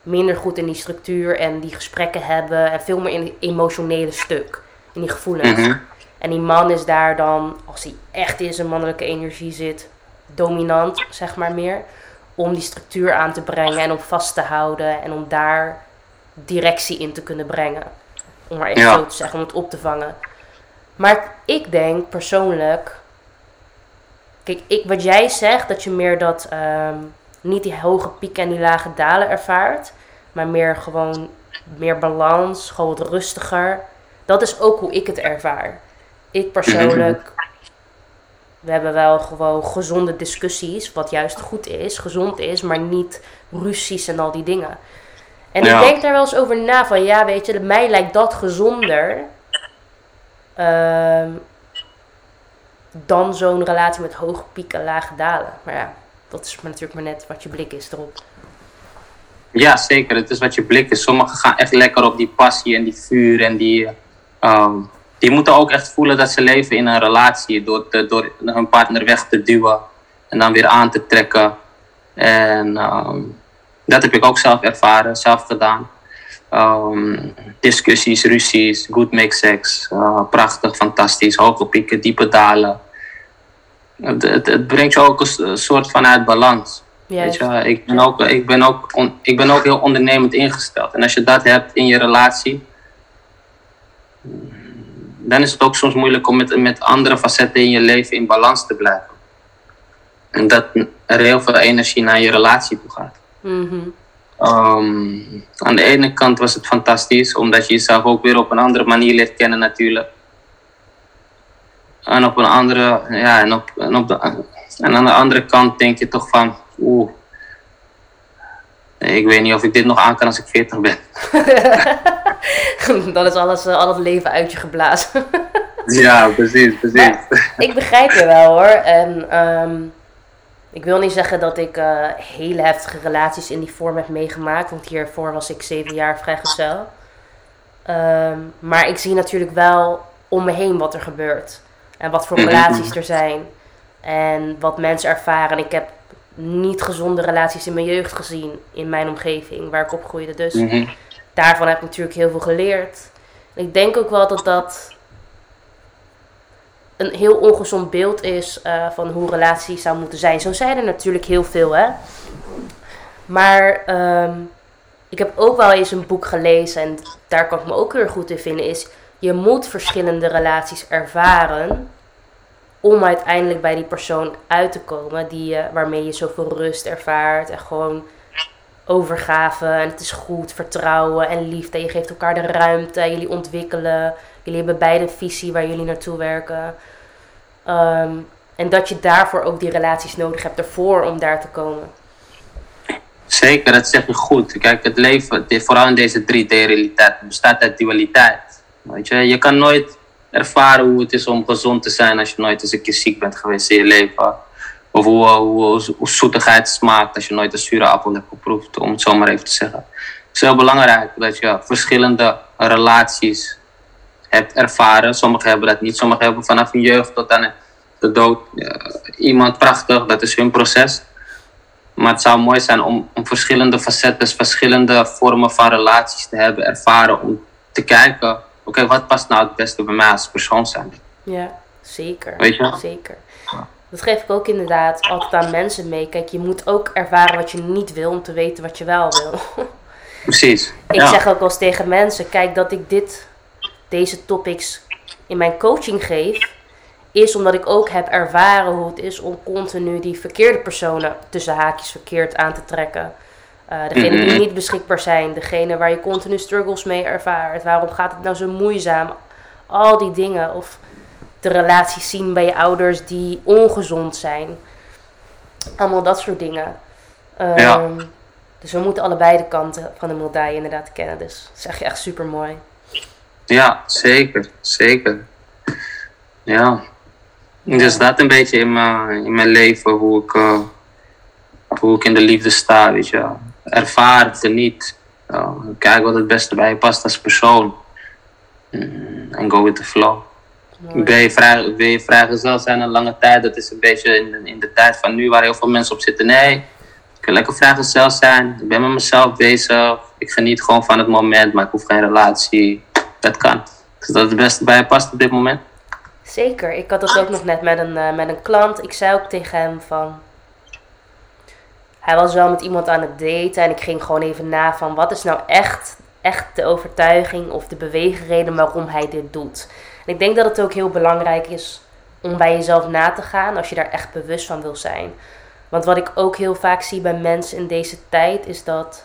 minder goed in die structuur en die gesprekken hebben. En veel meer in het emotionele stuk. In die gevoelens. En die man is daar dan, als hij echt in zijn mannelijke energie zit, dominant, zeg maar meer. Om die structuur aan te brengen en om vast te houden. En om daar directie in te kunnen brengen. Om maar echt zo te zeggen, om het op te vangen. Maar ik denk persoonlijk... Kijk, wat jij zegt, dat je meer dat... niet die hoge pieken en die lage dalen ervaart. Maar meer gewoon... Meer balans, gewoon wat rustiger. Dat is ook hoe ik het ervaar. Ik persoonlijk... We hebben wel gewoon gezonde discussies. Wat juist goed is, gezond is. Maar niet ruzies en al die dingen. En ik denk daar wel eens over na. Van ja, weet je, mij lijkt dat gezonder... dan zo'n relatie met hoge pieken en lage dalen. Maar ja, dat is natuurlijk maar net wat je blik is erop. Ja, zeker. Het is wat je blik is. Sommigen gaan echt lekker op die passie en die vuur. En die moeten ook echt voelen dat ze leven in een relatie. Door hun partner weg te duwen. En dan weer aan te trekken. En dat heb ik ook zelf ervaren. Zelf gedaan. Discussies, ruzies, good make sex. Prachtig, fantastisch. Hoge pieken, diepe dalen. Het brengt je ook een soort van uit balans. Weet je, ik ben ook heel ondernemend ingesteld. En als je dat hebt in je relatie, dan is het ook soms moeilijk om met andere facetten in je leven in balans te blijven. En dat er heel veel energie naar je relatie toe gaat. Aan de ene kant was het fantastisch, omdat je jezelf ook weer op een andere manier leert kennen natuurlijk. En op een andere, en aan de andere kant denk je toch van, ik weet niet of ik dit nog aan kan als ik 40 ben. Dan is al het leven uit je geblazen. Ja, precies. Maar ik begrijp je wel hoor. En ik wil niet zeggen dat ik hele heftige relaties in die vorm heb meegemaakt. Want hiervoor was ik 7 jaar vrijgezel. Maar ik zie natuurlijk wel om me heen wat er gebeurt. En wat voor relaties er zijn. En wat mensen ervaren. Ik heb niet gezonde relaties in mijn jeugd gezien. In mijn omgeving waar ik opgroeide. Dus daarvan heb ik natuurlijk heel veel geleerd. Ik denk ook wel dat dat een heel ongezond beeld is van hoe relaties zou moeten zijn. Zo zijn er natuurlijk heel veel, hè. Maar ik heb ook wel eens een boek gelezen. En daar kan ik me ook heel goed in vinden. Is je moet verschillende relaties ervaren om uiteindelijk bij die persoon uit te komen waarmee je zoveel rust ervaart en gewoon overgave en het is goed, vertrouwen en liefde. Je geeft elkaar de ruimte, jullie ontwikkelen, jullie hebben beide een visie waar jullie naartoe werken. En dat je daarvoor ook die relaties nodig hebt ervoor om daar te komen. Zeker, dat zeg je goed. Kijk, het leven, vooral in deze 3D-realiteit, bestaat uit dualiteit. Weet je kan nooit ervaren hoe het is om gezond te zijn als je nooit eens een keer ziek bent geweest in je leven. Of hoe zoetigheid smaakt als je nooit een zure appel hebt geproefd, om het zo maar even te zeggen. Het is heel belangrijk dat je verschillende relaties hebt ervaren. Sommigen hebben dat niet. Sommigen hebben vanaf hun jeugd tot aan de dood iemand prachtig. Dat is hun proces. Maar het zou mooi zijn om verschillende facetten, verschillende vormen van relaties te hebben ervaren. Om te kijken, oké, wat past nou het beste bij mij als persoon zijn? Ja, zeker. Weet je? Zeker. Dat geef ik ook inderdaad altijd aan mensen mee. Kijk, je moet ook ervaren wat je niet wil om te weten wat je wel wil. Precies. Ik zeg ook wel eens tegen mensen, kijk, dat ik deze topics in mijn coaching geef, is omdat ik ook heb ervaren hoe het is om continu die verkeerde personen tussen haakjes verkeerd aan te trekken. Degene die niet beschikbaar zijn, degene waar je continu struggles mee ervaart. Waarom gaat het nou zo moeizaam? Al die dingen. Of de relaties zien bij je ouders die ongezond zijn. Allemaal dat soort dingen. Dus we moeten allebei de kanten van de medaille inderdaad kennen. Dus dat is echt super mooi. Ja, zeker. Zeker. Ja. Dus dat een beetje in mijn leven, hoe ik in de liefde sta, weet je. Ervaar, geniet. Kijk wat het beste bij je past als persoon. En go with the flow. Wil je vrijgezel zijn een lange tijd? Dat is een beetje in de tijd van nu waar heel veel mensen op zitten. Nee, Ik wil lekker vrijgezel zijn. Ik ben met mezelf bezig. Ik geniet gewoon van het moment, maar ik hoef geen relatie. Dat kan. Is dat het beste bij je past op dit moment? Zeker. Ik had dat ook nog net met een klant. Ik zei ook tegen hem van... Hij was wel met iemand aan het daten. En ik ging gewoon even na van... Wat is nou echt de overtuiging of de beweegreden waarom hij dit doet? En ik denk dat het ook heel belangrijk is om bij jezelf na te gaan. Als je daar echt bewust van wil zijn. Want wat ik ook heel vaak zie bij mensen in deze tijd is dat...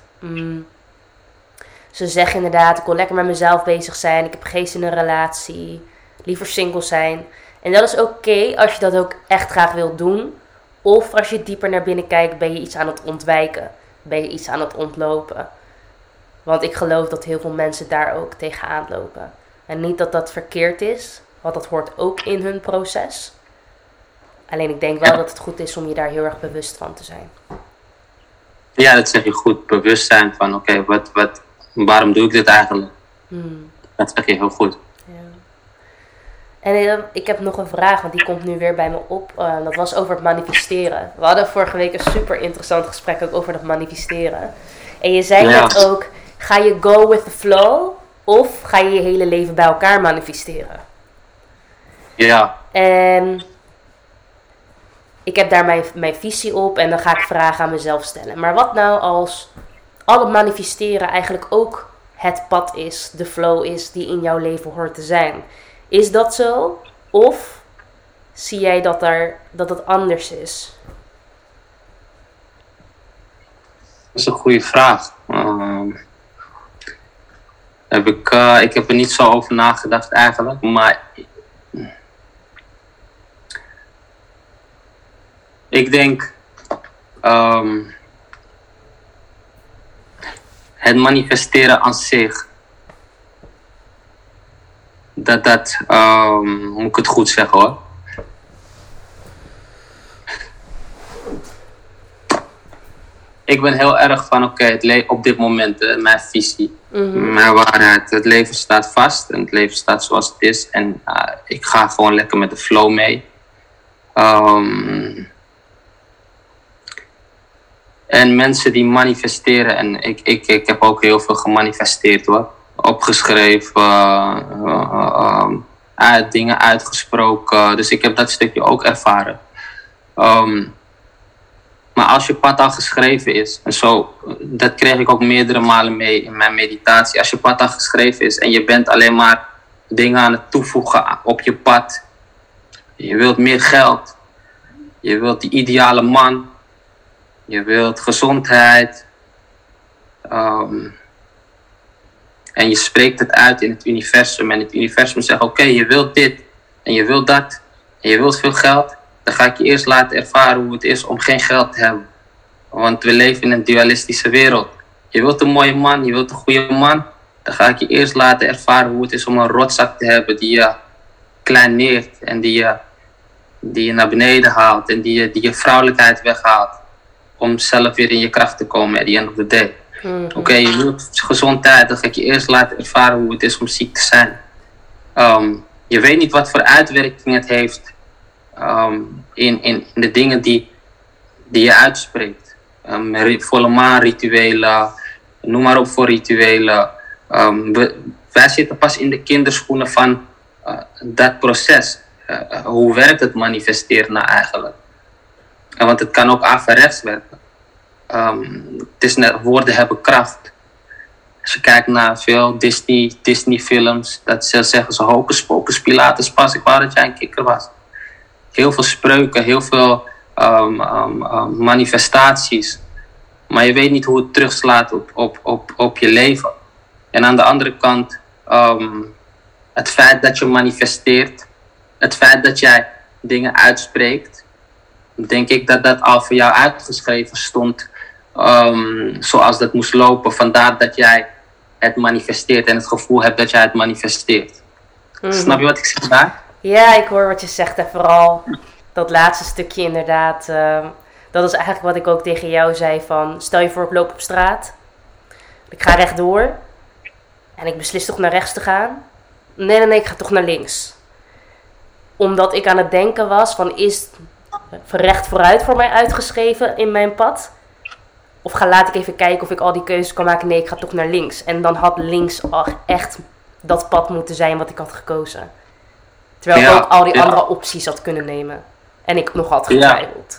ze zeggen inderdaad, ik wil lekker met mezelf bezig zijn. Ik heb geen zin in een relatie. Liever single zijn. En dat is oké als je dat ook echt graag wilt doen. Of als je dieper naar binnen kijkt, ben je iets aan het ontwijken. Ben je iets aan het ontlopen. Want ik geloof dat heel veel mensen daar ook tegenaan lopen. En niet dat dat verkeerd is. Want dat hoort ook in hun proces. Alleen ik denk wel dat het goed is om je daar heel erg bewust van te zijn. Ja, dat zeg je goed. Bewust zijn van oké, waarom doe ik dit eigenlijk? Dat zeg je heel goed. Ja. En ik heb nog een vraag, want die komt nu weer bij me op. Dat was over het manifesteren. We hadden vorige week een super interessant gesprek ook over dat manifesteren. En je zei net ook, ga je go with the flow of ga je je hele leven bij elkaar manifesteren? Ja. En ik heb daar mijn visie op en dan ga ik vragen aan mezelf stellen. Maar wat nou als al het manifesteren eigenlijk ook het pad is, de flow is die in jouw leven hoort te zijn? Is dat zo? Of zie jij dat het anders is? Dat is een goede vraag. Ik heb er niet zo over nagedacht eigenlijk, maar ik denk het manifesteren aan zich, hoe moet ik het goed zeggen hoor? Ik ben heel erg van op dit moment, mijn visie, mijn waarheid. Het leven staat vast en het leven staat zoals het is. En ik ga gewoon lekker met de flow mee. En mensen die manifesteren, en ik heb ook heel veel gemanifesteerd hoor. Opgeschreven, dingen uitgesproken. Dus ik heb dat stukje ook ervaren. Maar als je pad al geschreven is, en zo, dat kreeg ik ook meerdere malen mee in mijn meditatie. Als je pad al geschreven is en je bent alleen maar dingen aan het toevoegen op je pad. Je wilt meer geld. Je wilt die ideale man. Je wilt gezondheid. En je spreekt het uit in het universum. En het universum zegt, oké, je wilt dit en je wilt dat. En je wilt veel geld. Dan ga ik je eerst laten ervaren hoe het is om geen geld te hebben. Want we leven in een dualistische wereld. Je wilt een mooie man, je wilt een goede man. Dan ga ik je eerst laten ervaren hoe het is om een rotzak te hebben die je kleineert. En die je naar beneden haalt. En die je vrouwelijkheid weghaalt. Om zelf weer in je kracht te komen at the end of the day. Oké, je wilt gezondheid. Dan ga ik je eerst laten ervaren hoe het is om ziek te zijn. Je weet niet wat voor uitwerking het heeft. In de dingen die je uitspreekt. Volle maan rituelen. Noem maar op voor rituelen. Wij zitten pas in de kinderschoenen van dat proces. Hoe werkt het manifesteren nou eigenlijk? Want het kan ook averechts werken. Het is net, woorden hebben kracht. Als je kijkt naar veel Disney films, dat zeggen ze hocus pocus Pilatus pas, ik wou dat jij een kikker was. Heel veel spreuken, heel veel manifestaties. Maar je weet niet hoe het terugslaat op je leven. En aan de andere kant, het feit dat je manifesteert, het feit dat jij dingen uitspreekt, denk ik dat dat al voor jou uitgeschreven stond, zoals dat moest lopen. Vandaar dat jij het manifesteert en het gevoel hebt dat jij het manifesteert. Snap je wat ik zeg daar? Ja, ik hoor wat je zegt en vooral dat laatste stukje inderdaad. Dat is eigenlijk wat ik ook tegen jou zei van, stel je voor ik loop op straat. Ik ga rechtdoor en ik beslis toch naar rechts te gaan. Nee, ik ga toch naar links. Omdat ik aan het denken was van, is recht vooruit voor mij uitgeschreven in mijn pad? Of laat ik even kijken of ik al die keuzes kan maken. Nee, ik ga toch naar links. En dan had links echt dat pad moeten zijn wat ik had gekozen. Terwijl ik ook al die andere opties had kunnen nemen. En ik nog had getwijfeld.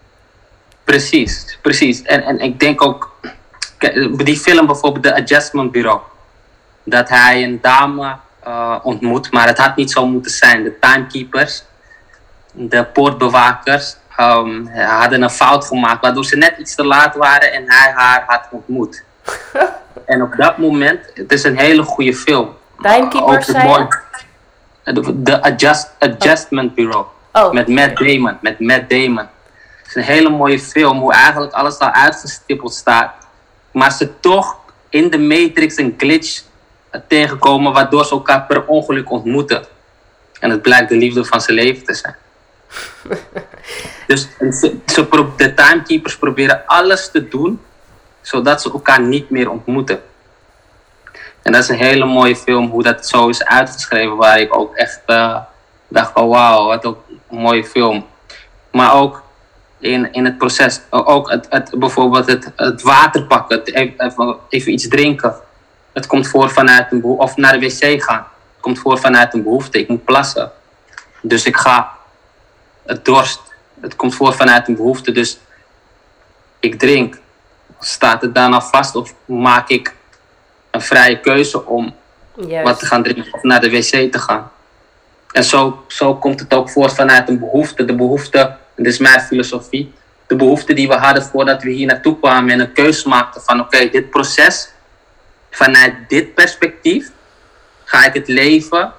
Precies. En ik denk ook, die film bijvoorbeeld, The Adjustment Bureau. Dat hij een dame ontmoet, maar het had niet zo moeten zijn. De timekeepers, de poortbewakers, hadden een fout gemaakt, waardoor ze net iets te laat waren en hij haar had ontmoet. En op dat moment, het is een hele goede film. Timekeepers zijn? The Adjustment Bureau. Met Matt Damon. Het is een hele mooie film, hoe eigenlijk alles al uitgestippeld staat. Maar ze toch in de Matrix een glitch tegenkomen, waardoor ze elkaar per ongeluk ontmoeten. En het blijkt de liefde van zijn leven te zijn. Dus de timekeepers proberen alles te doen, zodat ze elkaar niet meer ontmoeten. En dat is een hele mooie film, hoe dat zo is uitgeschreven, waar ik ook echt dacht, oh wauw, wat ook een mooie film. Maar ook in het proces, ook bijvoorbeeld het water pakken, even iets drinken. Het komt voor vanuit een behoefte, of naar de wc gaan. Het komt voor vanuit een behoefte, ik moet plassen. Dus ik ga. Het dorst, het komt voor vanuit een behoefte, dus ik drink. Staat het dan al vast of maak ik een vrije keuze om wat te gaan drinken of naar de wc te gaan? En zo komt het ook voort vanuit een behoefte. De behoefte, dit is mijn filosofie, de behoefte die we hadden voordat we hier naartoe kwamen en een keuze maakten van oké, dit proces, vanuit dit perspectief ga ik het leven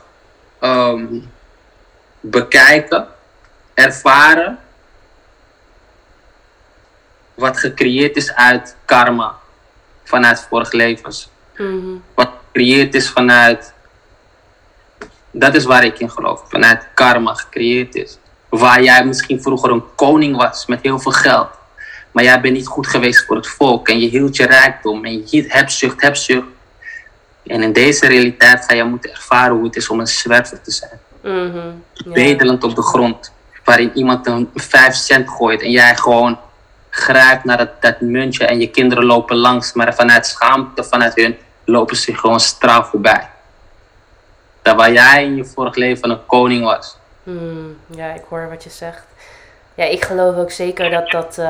bekijken, ervaren, wat gecreëerd is uit karma, vanuit vorige levens. Mm-hmm. Wat gecreëerd is vanuit, dat is waar ik in geloof, vanuit karma gecreëerd is. Waar jij misschien vroeger een koning was met heel veel geld, maar jij bent niet goed geweest voor het volk en je hield je rijkdom en je hield hebzucht. En in deze realiteit ga je moeten ervaren hoe het is om een zwerver te zijn. Mm-hmm. Yeah. Bedelend op de grond, waarin iemand een 5 cent gooit en jij gewoon grijpt naar dat muntje en je kinderen lopen langs, maar vanuit schaamte vanuit hun lopen ze gewoon straal voorbij. Daar waar jij in je vorig leven een koning was. Ja, ik hoor wat je zegt. Ja, ik geloof ook zeker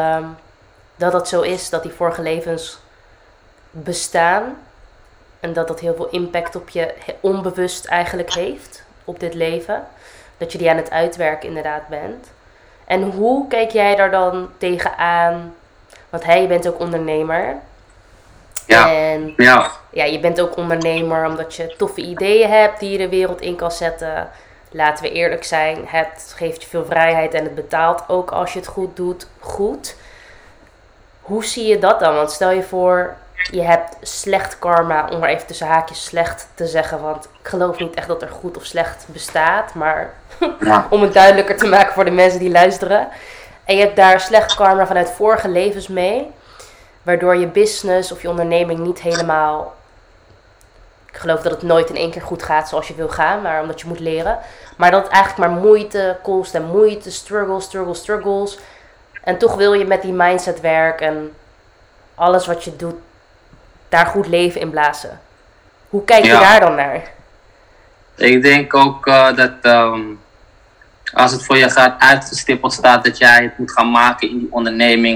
dat zo is, dat die vorige levens bestaan en dat heel veel impact op je onbewust eigenlijk heeft, op dit leven. Dat je die aan het uitwerken inderdaad bent. En hoe kijk jij daar dan tegenaan? Want je bent ook ondernemer. Ja. En je bent ook ondernemer omdat je toffe ideeën hebt die je de wereld in kan zetten. Laten we eerlijk zijn, het geeft je veel vrijheid en het betaalt ook als je het goed doet, goed. Hoe zie je dat dan? Want stel je voor, je hebt slecht karma, om maar even tussen haakjes slecht te zeggen. Want ik geloof niet echt dat er goed of slecht bestaat. Maar om het duidelijker te maken voor de mensen die luisteren. En je hebt daar slecht karma vanuit vorige levens mee. Waardoor je business of je onderneming niet helemaal... Ik geloof dat het nooit in één keer goed gaat zoals je wil gaan. Maar omdat je moet leren. Maar dat het eigenlijk maar moeite kost en moeite, struggles. En toch wil je met die mindset werken en alles wat je doet, daar goed leven in blazen. Hoe kijk je daar dan naar? Ik denk ook dat als het voor je gaat uitgestippeld staat dat jij het moet gaan maken in die onderneming,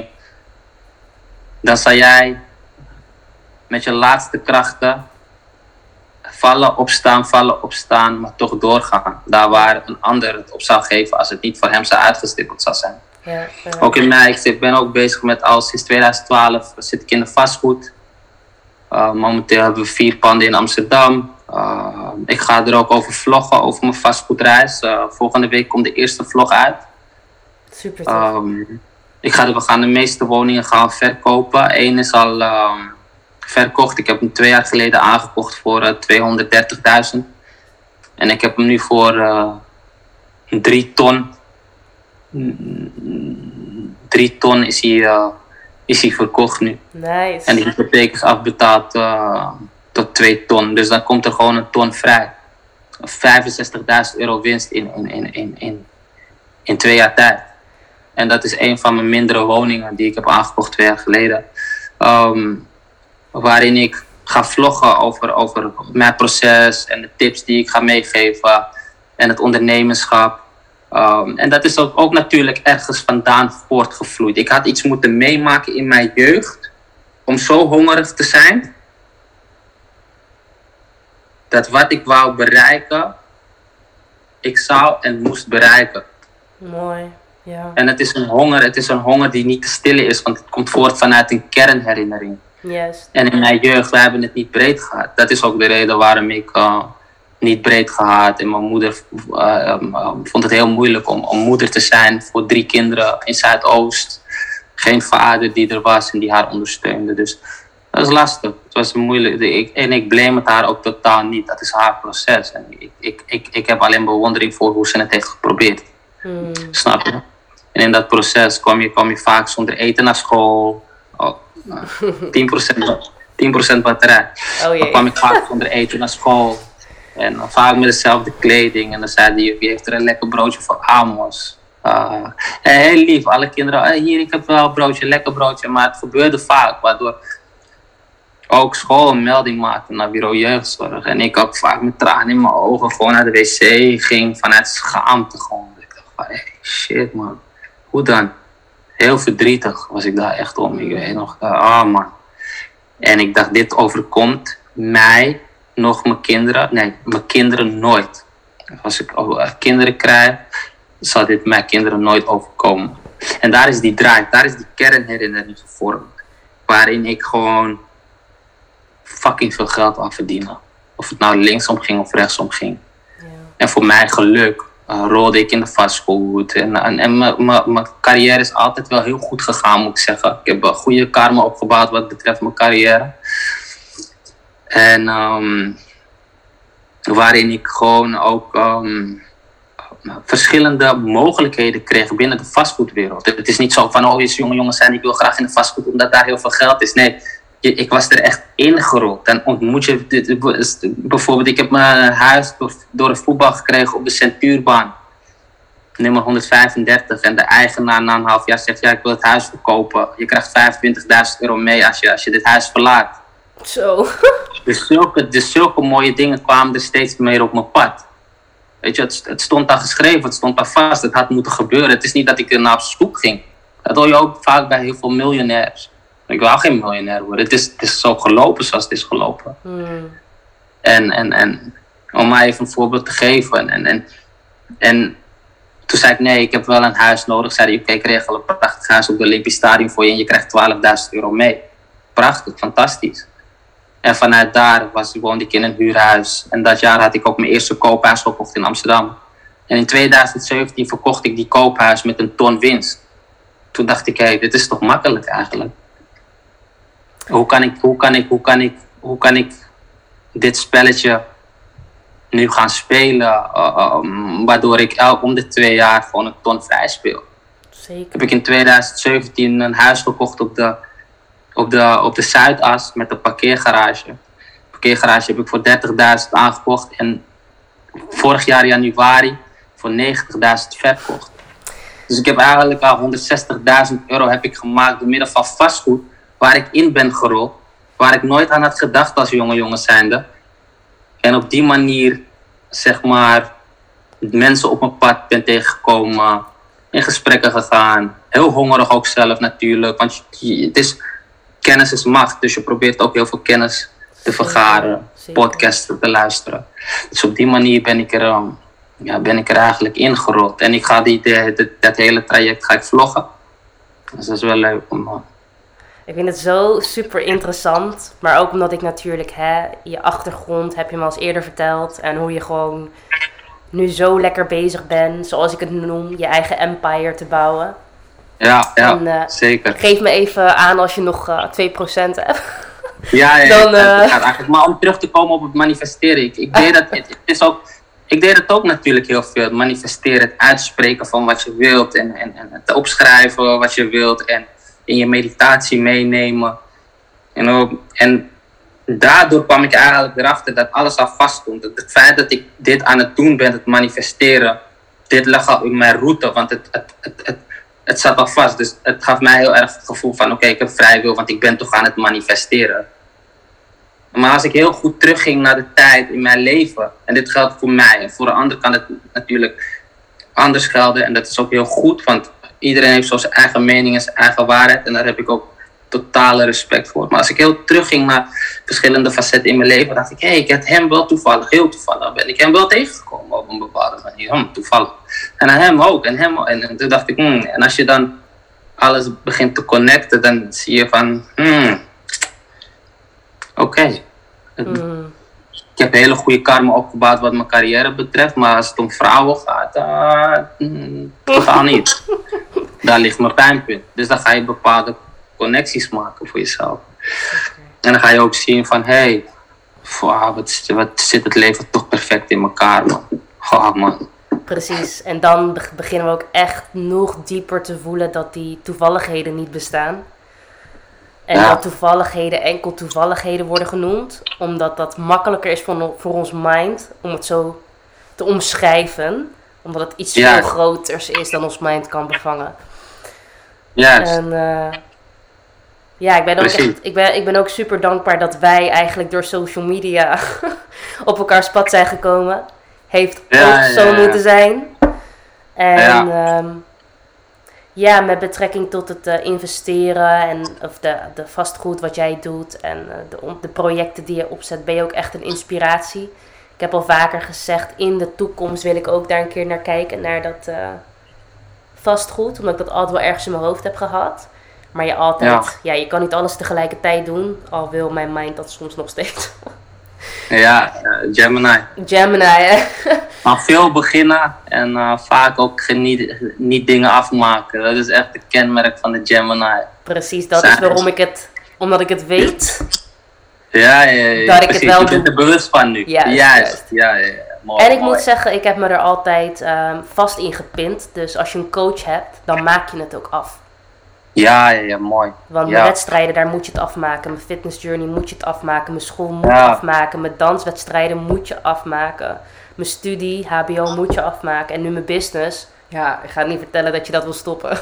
dan zal jij met je laatste krachten vallen, opstaan, maar toch doorgaan. Daar waar een ander het op zou geven als het niet voor hem zou uitgestippeld zou zijn. Ja. Ook in mij, ik ben ook bezig met sinds 2012 zit ik in de vastgoed. Momenteel hebben we 4 panden in Amsterdam. Ik ga er ook over vloggen, over mijn vastgoedreis. Volgende week komt de eerste vlog uit. Super tof. We gaan de meeste woningen gaan verkopen. Eén is al verkocht. Ik heb hem 2 jaar geleden aangekocht voor 230.000. En ik heb hem nu voor 3 ton. 3 ton is hij verkocht nu. Nice. En de hypotheek is afbetaald tot 2 ton. Dus dan komt er gewoon een ton vrij. 65.000 euro winst in 2 jaar tijd. En dat is een van mijn mindere woningen die ik heb aangekocht 2 jaar geleden. Waarin ik ga vloggen over mijn proces en de tips die ik ga meegeven en het ondernemerschap. En dat is ook natuurlijk ergens vandaan voortgevloeid. Ik had iets moeten meemaken in mijn jeugd om zo hongerig te zijn dat wat ik wou bereiken, ik zou en moest bereiken. Mooi, ja. En het is een honger die niet te stillen is, want het komt voort vanuit een kernherinnering. Yes. En in mijn jeugd, we hebben het niet breed gehad. Dat is ook de reden waarom ik niet breed gehad. En mijn moeder vond het heel moeilijk om moeder te zijn voor 3 kinderen in Zuidoost. Geen vader die er was en die haar ondersteunde. Dus dat is lastig. Het was moeilijk. Ik blame het haar ook totaal niet. Dat is haar proces. En ik heb alleen bewondering voor hoe ze het heeft geprobeerd. Snap je? En in dat proces kwam je vaak zonder eten naar school. 10% batterij. Dan kwam ik vaak zonder eten naar school. En vaak met dezelfde kleding. En dan zei die, wie heeft er een lekker broodje voor Amos? Heel lief, alle kinderen. Hier, ik heb wel een broodje, lekker broodje. Maar het gebeurde vaak, waardoor ook school een melding maakte naar bureau jeugdzorg. En ik ook vaak met tranen in mijn ogen gewoon naar de wc ging. Vanuit schaamte gewoon. Ik dacht van, hey, shit man. Hoe dan? Heel verdrietig was ik daar echt om. Ik weet nog, man. En ik dacht, dit overkomt mij, nog mijn kinderen. Nee, mijn kinderen nooit. Als ik kinderen krijg, zal dit mijn kinderen nooit overkomen. En daar is die drive, daar is die kernherinnering gevormd. Waarin ik gewoon fucking veel geld aan verdienen. Of het nou linksom ging of rechtsom ging. Ja. En voor mijn geluk rolde ik in de fastfood. En mijn carrière is altijd wel heel goed gegaan, moet ik zeggen. Ik heb een goede karma opgebouwd wat betreft mijn carrière. En waarin ik gewoon ook verschillende mogelijkheden kreeg binnen de fastfoodwereld. Het is niet zo van, oh, je jongen zijn, ik wil graag in de fastfood omdat daar heel veel geld is. Nee, ik was er echt ingerold. Dan ontmoet je, bijvoorbeeld, ik heb mijn huis door het voetbal gekregen op de Centuurbaan. Nummer 135. En de eigenaar na een half jaar zegt, ja, ik wil het huis verkopen. Je krijgt €25.000 mee als je dit huis verlaat. Zo. Dus zulke mooie dingen kwamen er steeds meer op mijn pad. Weet je, het stond daar geschreven, het stond daar vast, het had moeten gebeuren. Het is niet dat ik er naar op zoek ging. Dat hoor je ook vaak bij heel veel miljonairs. Ik wil geen miljonair worden. Het is zo gelopen zoals het is gelopen. En om mij even een voorbeeld te geven. En toen zei ik, nee, ik heb wel een huis nodig. Zei hij, oké, ik regel een prachtig huis op het Olympisch Stadion voor je en je krijgt €12.000 mee. Prachtig, fantastisch. En vanuit daar woonde ik in een huurhuis. En dat jaar had ik ook mijn eerste koophuis gekocht in Amsterdam. En in 2017 verkocht ik die koophuis met 1 ton winst. Toen dacht ik, hey, dit is toch makkelijk eigenlijk. Hoe kan ik dit spelletje nu gaan spelen, waardoor ik om de 2 jaar gewoon 1 ton vrij speel. Zeker. Heb ik in 2017 een huis gekocht op de Zuidas met een parkeergarage. De parkeergarage heb ik voor 30.000 aangekocht en vorig jaar januari voor 90.000 verkocht. Dus ik heb eigenlijk al €160.000 heb ik gemaakt door middel van vastgoed, waar ik in ben gerold, waar ik nooit aan had gedacht als jongen zijnde. En op die manier, zeg maar, mensen op mijn pad ben tegengekomen, in gesprekken gegaan. Heel hongerig ook zelf natuurlijk, want kennis is macht, dus je probeert ook heel veel kennis te vergaren, podcasts te luisteren. Dus op die manier ben ik er eigenlijk ingerold. En ik ga dat hele traject ga ik vloggen. Dus dat is wel leuk om... Ik vind het zo super interessant. Maar ook omdat ik natuurlijk, je achtergrond heb je me al eens eerder verteld. En hoe je gewoon nu zo lekker bezig bent, zoals ik het noem, je eigen empire te bouwen. Ja, zeker. Geef me even aan als je nog 2% hebt. Ja, dan, eigenlijk. Maar om terug te komen op het manifesteren. Ik deed het ook natuurlijk heel veel. Manifesteren, het uitspreken van wat je wilt. En het opschrijven wat je wilt. En in je meditatie meenemen. En daardoor kwam ik eigenlijk erachter dat alles al vast stond. Het feit dat ik dit aan het doen ben, het manifesteren. Dit lag al in mijn route. Want het zat al vast. Dus het gaf mij heel erg het gevoel van oké, ik heb vrij wil, want ik ben toch aan het manifesteren. Maar als ik heel goed terugging naar de tijd in mijn leven, en dit geldt voor mij, en voor een ander kan het natuurlijk anders gelden, en dat is ook heel goed, want iedereen heeft zo zijn eigen mening en zijn eigen waarheid, en daar heb ik ook totale respect voor. Maar als ik heel terugging naar verschillende facetten in mijn leven, dacht ik, ik heb hem wel toevallig, heel toevallig, ben ik hem wel tegengekomen op een bepaalde manier, toevallig. En aan hem ook, en toen dacht ik, en als je dan alles begint te connecten, dan zie je van, oké. Ik heb een hele goede karma opgebouwd wat mijn carrière betreft, maar als het om vrouwen gaat, totaal niet. Daar ligt mijn pijnpunt. Dus dan ga je bepaalde connecties maken voor jezelf. En dan ga je ook zien van, wat zit het leven toch perfect in elkaar, man. Man. Precies, en dan beginnen we ook echt nog dieper te voelen dat die toevalligheden niet bestaan. En dat toevalligheden enkel toevalligheden worden genoemd. Omdat dat makkelijker is voor ons mind om het zo te omschrijven. Omdat het iets veel groters is dan ons mind kan bevangen. Juist. En ik ben ook super dankbaar dat wij eigenlijk door social media op elkaars pad zijn gekomen. Heeft ook zo moeten zijn. En met betrekking tot het investeren of de vastgoed wat jij doet en de projecten die je opzet, ben je ook echt een inspiratie. Ik heb al vaker gezegd, in de toekomst wil ik ook daar een keer naar kijken, naar dat vastgoed. Omdat ik dat altijd wel ergens in mijn hoofd heb gehad. Maar je kan niet alles tegelijkertijd doen, al wil mijn mind dat soms nog steeds. Gemini. Gemini, hè? Maar veel beginnen en vaak ook niet dingen afmaken. Dat is echt het kenmerk van de Gemini. Precies, dat is waarom omdat ik het weet. Ja, dat ik het wel doe. Je bent er bewust van nu. Juist. Mooi, en ik moet zeggen, ik heb me er altijd vast in gepind. Dus als je een coach hebt, dan maak je het ook af. Ja, mooi. Want mijn wedstrijden, daar moet je het afmaken. Mijn fitness journey moet je het afmaken. Mijn school moet je afmaken. Mijn danswedstrijden moet je afmaken. Mijn studie, hbo moet je afmaken. En nu mijn business. Ja, ik ga niet vertellen dat je dat wil stoppen.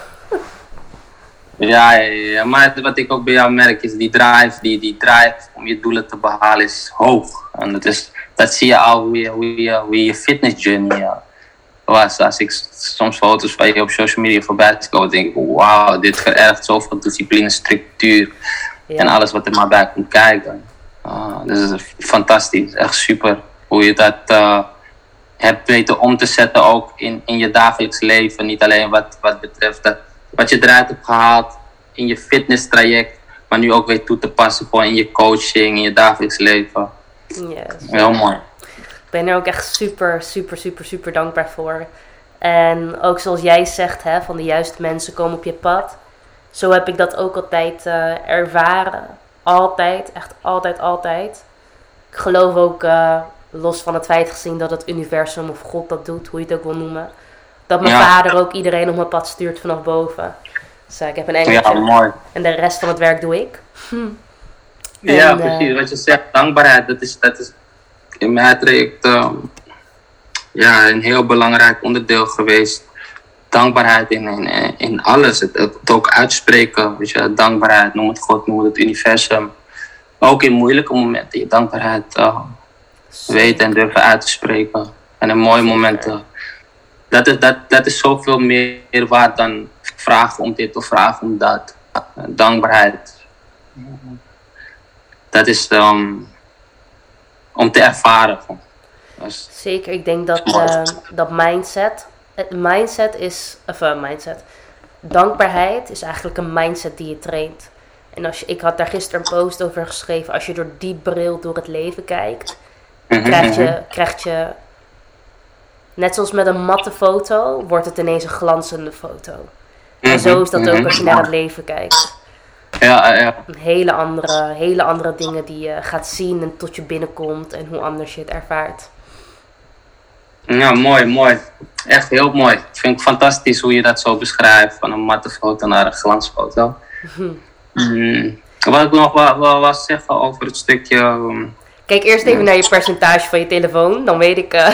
Maar wat ik ook bij jou merk is die drive om je doelen te behalen is hoog. En dat zie je al hoe je fitness journey was. Als ik soms foto's van je op social media voorbij kom, denk ik, wauw, dit vererft zoveel discipline, structuur en alles wat er maar bij komt kijken. Dus het is fantastisch, echt super hoe je dat hebt weten om te zetten ook in je dagelijks leven. Niet alleen wat betreft wat je eruit hebt gehaald in je fitness traject, maar nu ook weet toe te passen gewoon in je coaching, in je dagelijks leven. Yes. Heel mooi. Ik ben er ook echt super, super, super, super dankbaar voor. En ook zoals jij zegt, van de juiste mensen komen op je pad. Zo heb ik dat ook altijd ervaren. Altijd, echt altijd, altijd. Ik geloof ook, los van het feit gezien dat het universum of God dat doet, hoe je het ook wil noemen. Dat mijn vader ook iedereen op mijn pad stuurt vanaf boven. Dus ik heb een engeltje. Ja, mooi. En de rest van het werk doe ik. Ja, precies. Wat je zegt, dankbaarheid, dat is in mijn traject een heel belangrijk onderdeel geweest. Dankbaarheid in alles. Het ook uitspreken. Weet je, dankbaarheid, noem het God, noem het universum. Ook in moeilijke momenten. Je dankbaarheid weten en durven uit te spreken. En in mooie momenten. Dat is zoveel meer waard dan vragen om dit of vragen om dat. Dankbaarheid. Dat is om te ervaren. Zeker, ik denk dat mindset. Dankbaarheid is eigenlijk een mindset die je traint. En ik had daar gisteren een post over geschreven. Als je door die bril door het leven kijkt, krijg je, net zoals met een matte foto, wordt het ineens een glanzende foto. En zo is dat ook als je naar het leven kijkt. Ja. Hele andere dingen die je gaat zien en tot je binnenkomt en hoe anders je het ervaart. Ja, mooi. Echt heel mooi. Ik vind het fantastisch hoe je dat zo beschrijft, van een matte foto naar een glansfoto. Wat ik nog wel zeggen over het stukje... Kijk eerst even naar je percentage van je telefoon, dan weet ik...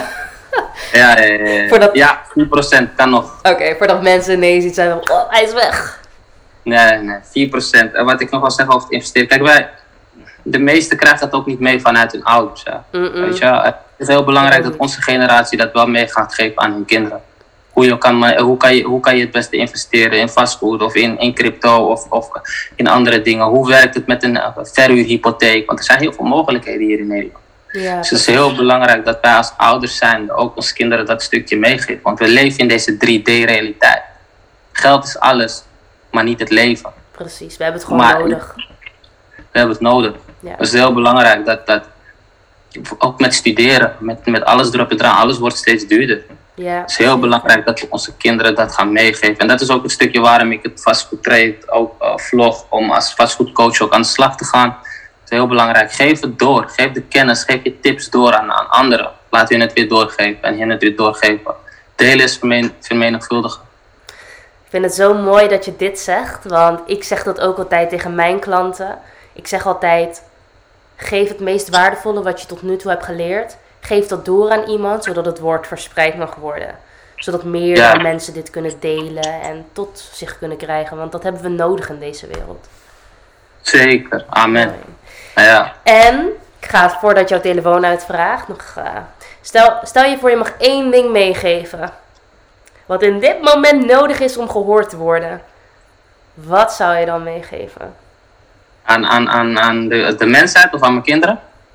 Ja, 4% kan nog. Oké, voordat mensen ineens iets zijn van, hij is weg. Nee, 4%. En wat ik nog wel zeg over het investeren. Kijk, de meesten krijgen dat ook niet mee vanuit hun ouders. Weet je, het is heel belangrijk dat onze generatie dat wel mee gaat geven aan hun kinderen. Hoe kan je het beste investeren in vastgoed of in crypto of in andere dingen? Hoe werkt het met een verhuurhypotheek? Want er zijn heel veel mogelijkheden hier in Nederland. Ja, dus het is heel belangrijk dat wij als ouders zijn ook onze kinderen dat stukje meegeven. Want we leven in deze 3D-realiteit. Geld is alles, maar niet het leven. Precies, we hebben het gewoon nodig. We hebben het nodig. Ja. Dus het is heel belangrijk dat ook met studeren, met alles erop en eraan, alles wordt steeds duurder. Ja, het is heel belangrijk dat we onze kinderen dat gaan meegeven. En dat is ook het stukje waarom ik het vastgoedtraject ook vlog, om als vastgoedcoach ook aan de slag te gaan. Het is heel belangrijk. Geef het door. Geef de kennis, geef je tips door aan anderen. Laat hun het weer doorgeven en hen het weer doorgeven. Delen is vermenigvuldigen. Ik vind het zo mooi dat je dit zegt, want ik zeg dat ook altijd tegen mijn klanten. Ik zeg altijd, geef het meest waardevolle wat je tot nu toe hebt geleerd. Geef dat door aan iemand, zodat het woord verspreid mag worden. Zodat meer mensen dit kunnen delen en tot zich kunnen krijgen. Want dat hebben we nodig in deze wereld. Zeker, amen. Ja. En, ik ga voordat jouw telefoon uitvraagt, nog, stel je voor je mag 1 ding meegeven. Wat in dit moment nodig is om gehoord te worden. Wat zou je dan meegeven? Aan de mensheid of aan mijn kinderen?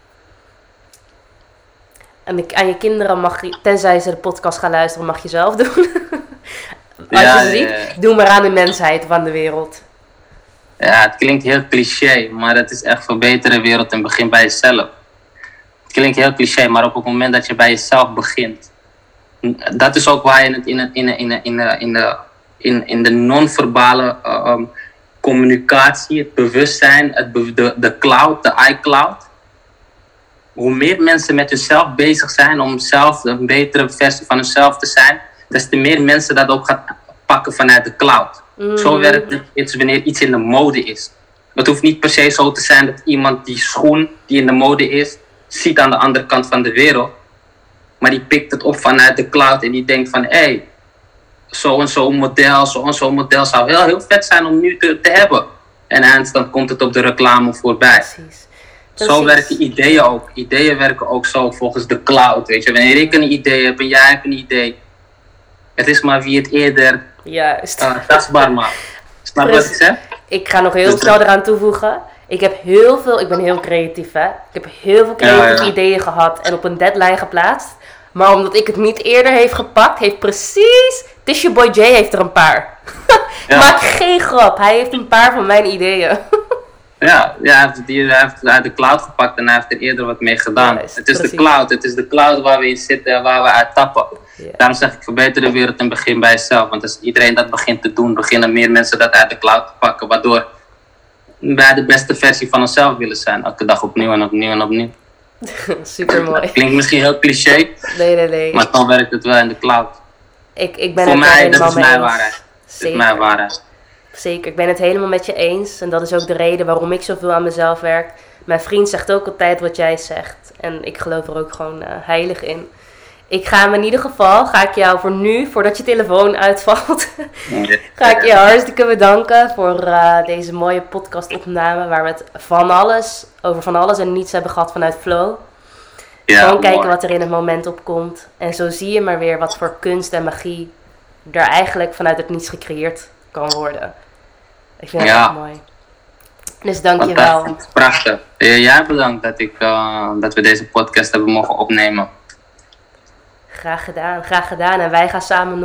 Aan je kinderen mag je, tenzij ze de podcast gaan luisteren, mag je zelf doen. Als je ziet, doe maar aan de mensheid of aan de wereld. Ja, het klinkt heel cliché, maar het is echt verbeter de wereld en begin bij jezelf. Het klinkt heel cliché, maar op het moment dat je bij jezelf begint, dat is ook waar je het in de non-verbale communicatie, het bewustzijn, de cloud, de iCloud. Hoe meer mensen met hunzelf bezig zijn om zelf een betere versie van hunzelf te zijn, des te meer mensen dat ook gaan pakken vanuit de cloud. Zo werkt het wanneer iets in de mode is. Het hoeft niet per se zo te zijn dat iemand die schoen die in de mode is, ziet aan de andere kant van de wereld. Maar die pikt het op vanuit de cloud en die denkt van, hé, zo en zo'n model zou heel vet zijn om nu te hebben. En eindstand komt het op de reclame voorbij. Precies. Zo werken ideeën ook. Ideeën werken ook zo volgens de cloud. Weet je, wanneer ik een idee heb en jij hebt een idee, het is maar wie het eerder tastbaar maakt. Snap je wat ik zeg? Ik ga nog heel snel eraan toevoegen. Ik ben heel creatief, hè. Ik heb heel veel creatieve ideeën gehad en op een deadline geplaatst. Maar omdat ik het niet eerder heeft gepakt, heeft precies Tisha Boy J heeft er een paar. Maak geen grap, hij heeft een paar van mijn ideeën. Ja, hij heeft uit de cloud gepakt en hij heeft er eerder wat mee gedaan. Juist, het is de cloud waar we in zitten en waar we uit tappen. Yeah. Daarom zeg ik, verbeter de wereld en begin bij jezelf. Want als iedereen dat begint te doen, beginnen meer mensen dat uit de cloud te pakken. Waardoor wij de beste versie van onszelf willen zijn. Elke dag opnieuw en opnieuw en opnieuw. Super mooi. Klinkt misschien heel cliché. Nee. Maar dan werkt het wel in de cloud. Ik ben voor mij, dat is mijn waarheid. Dat is mijn waarheid. Zeker, ik ben het helemaal met je eens. En dat is ook de reden waarom ik zoveel aan mezelf werk. Mijn vriend zegt ook altijd wat jij zegt. En ik geloof er ook gewoon heilig in. Ga ik jou voor nu, voordat je telefoon uitvalt, ga ik je hartstikke bedanken voor deze mooie podcastopname. Waar we het over van alles en niets hebben gehad vanuit flow. Ja, gewoon kijken wat er in het moment opkomt. En zo zie je maar weer wat voor kunst en magie er eigenlijk vanuit het niets gecreëerd kan worden. Ik vind het echt mooi. Dus dank je wel. Prachtig. Jij bedankt dat we deze podcast hebben mogen opnemen. Graag gedaan. En wij gaan samen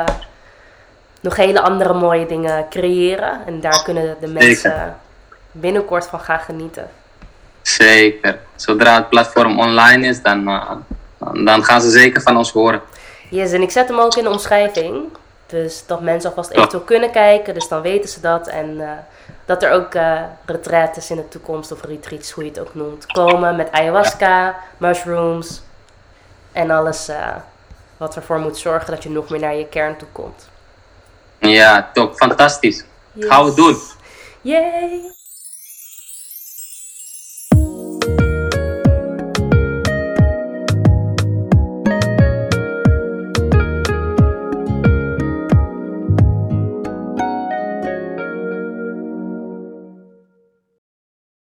nog hele andere mooie dingen creëren. En daar kunnen de mensen binnenkort van gaan genieten. Zeker. Zodra het platform online is, dan gaan ze zeker van ons horen. Yes, en ik zet hem ook in de omschrijving. Dus dat mensen alvast eventueel kunnen kijken. Dus dan weten ze dat. En dat er ook retraites in de toekomst, of retreats, hoe je het ook noemt, komen. Met ayahuasca, mushrooms. En alles wat ervoor moet zorgen dat je nog meer naar je kern toe komt. Ja, top. Fantastisch. Yes. Gaan we doen. Yay!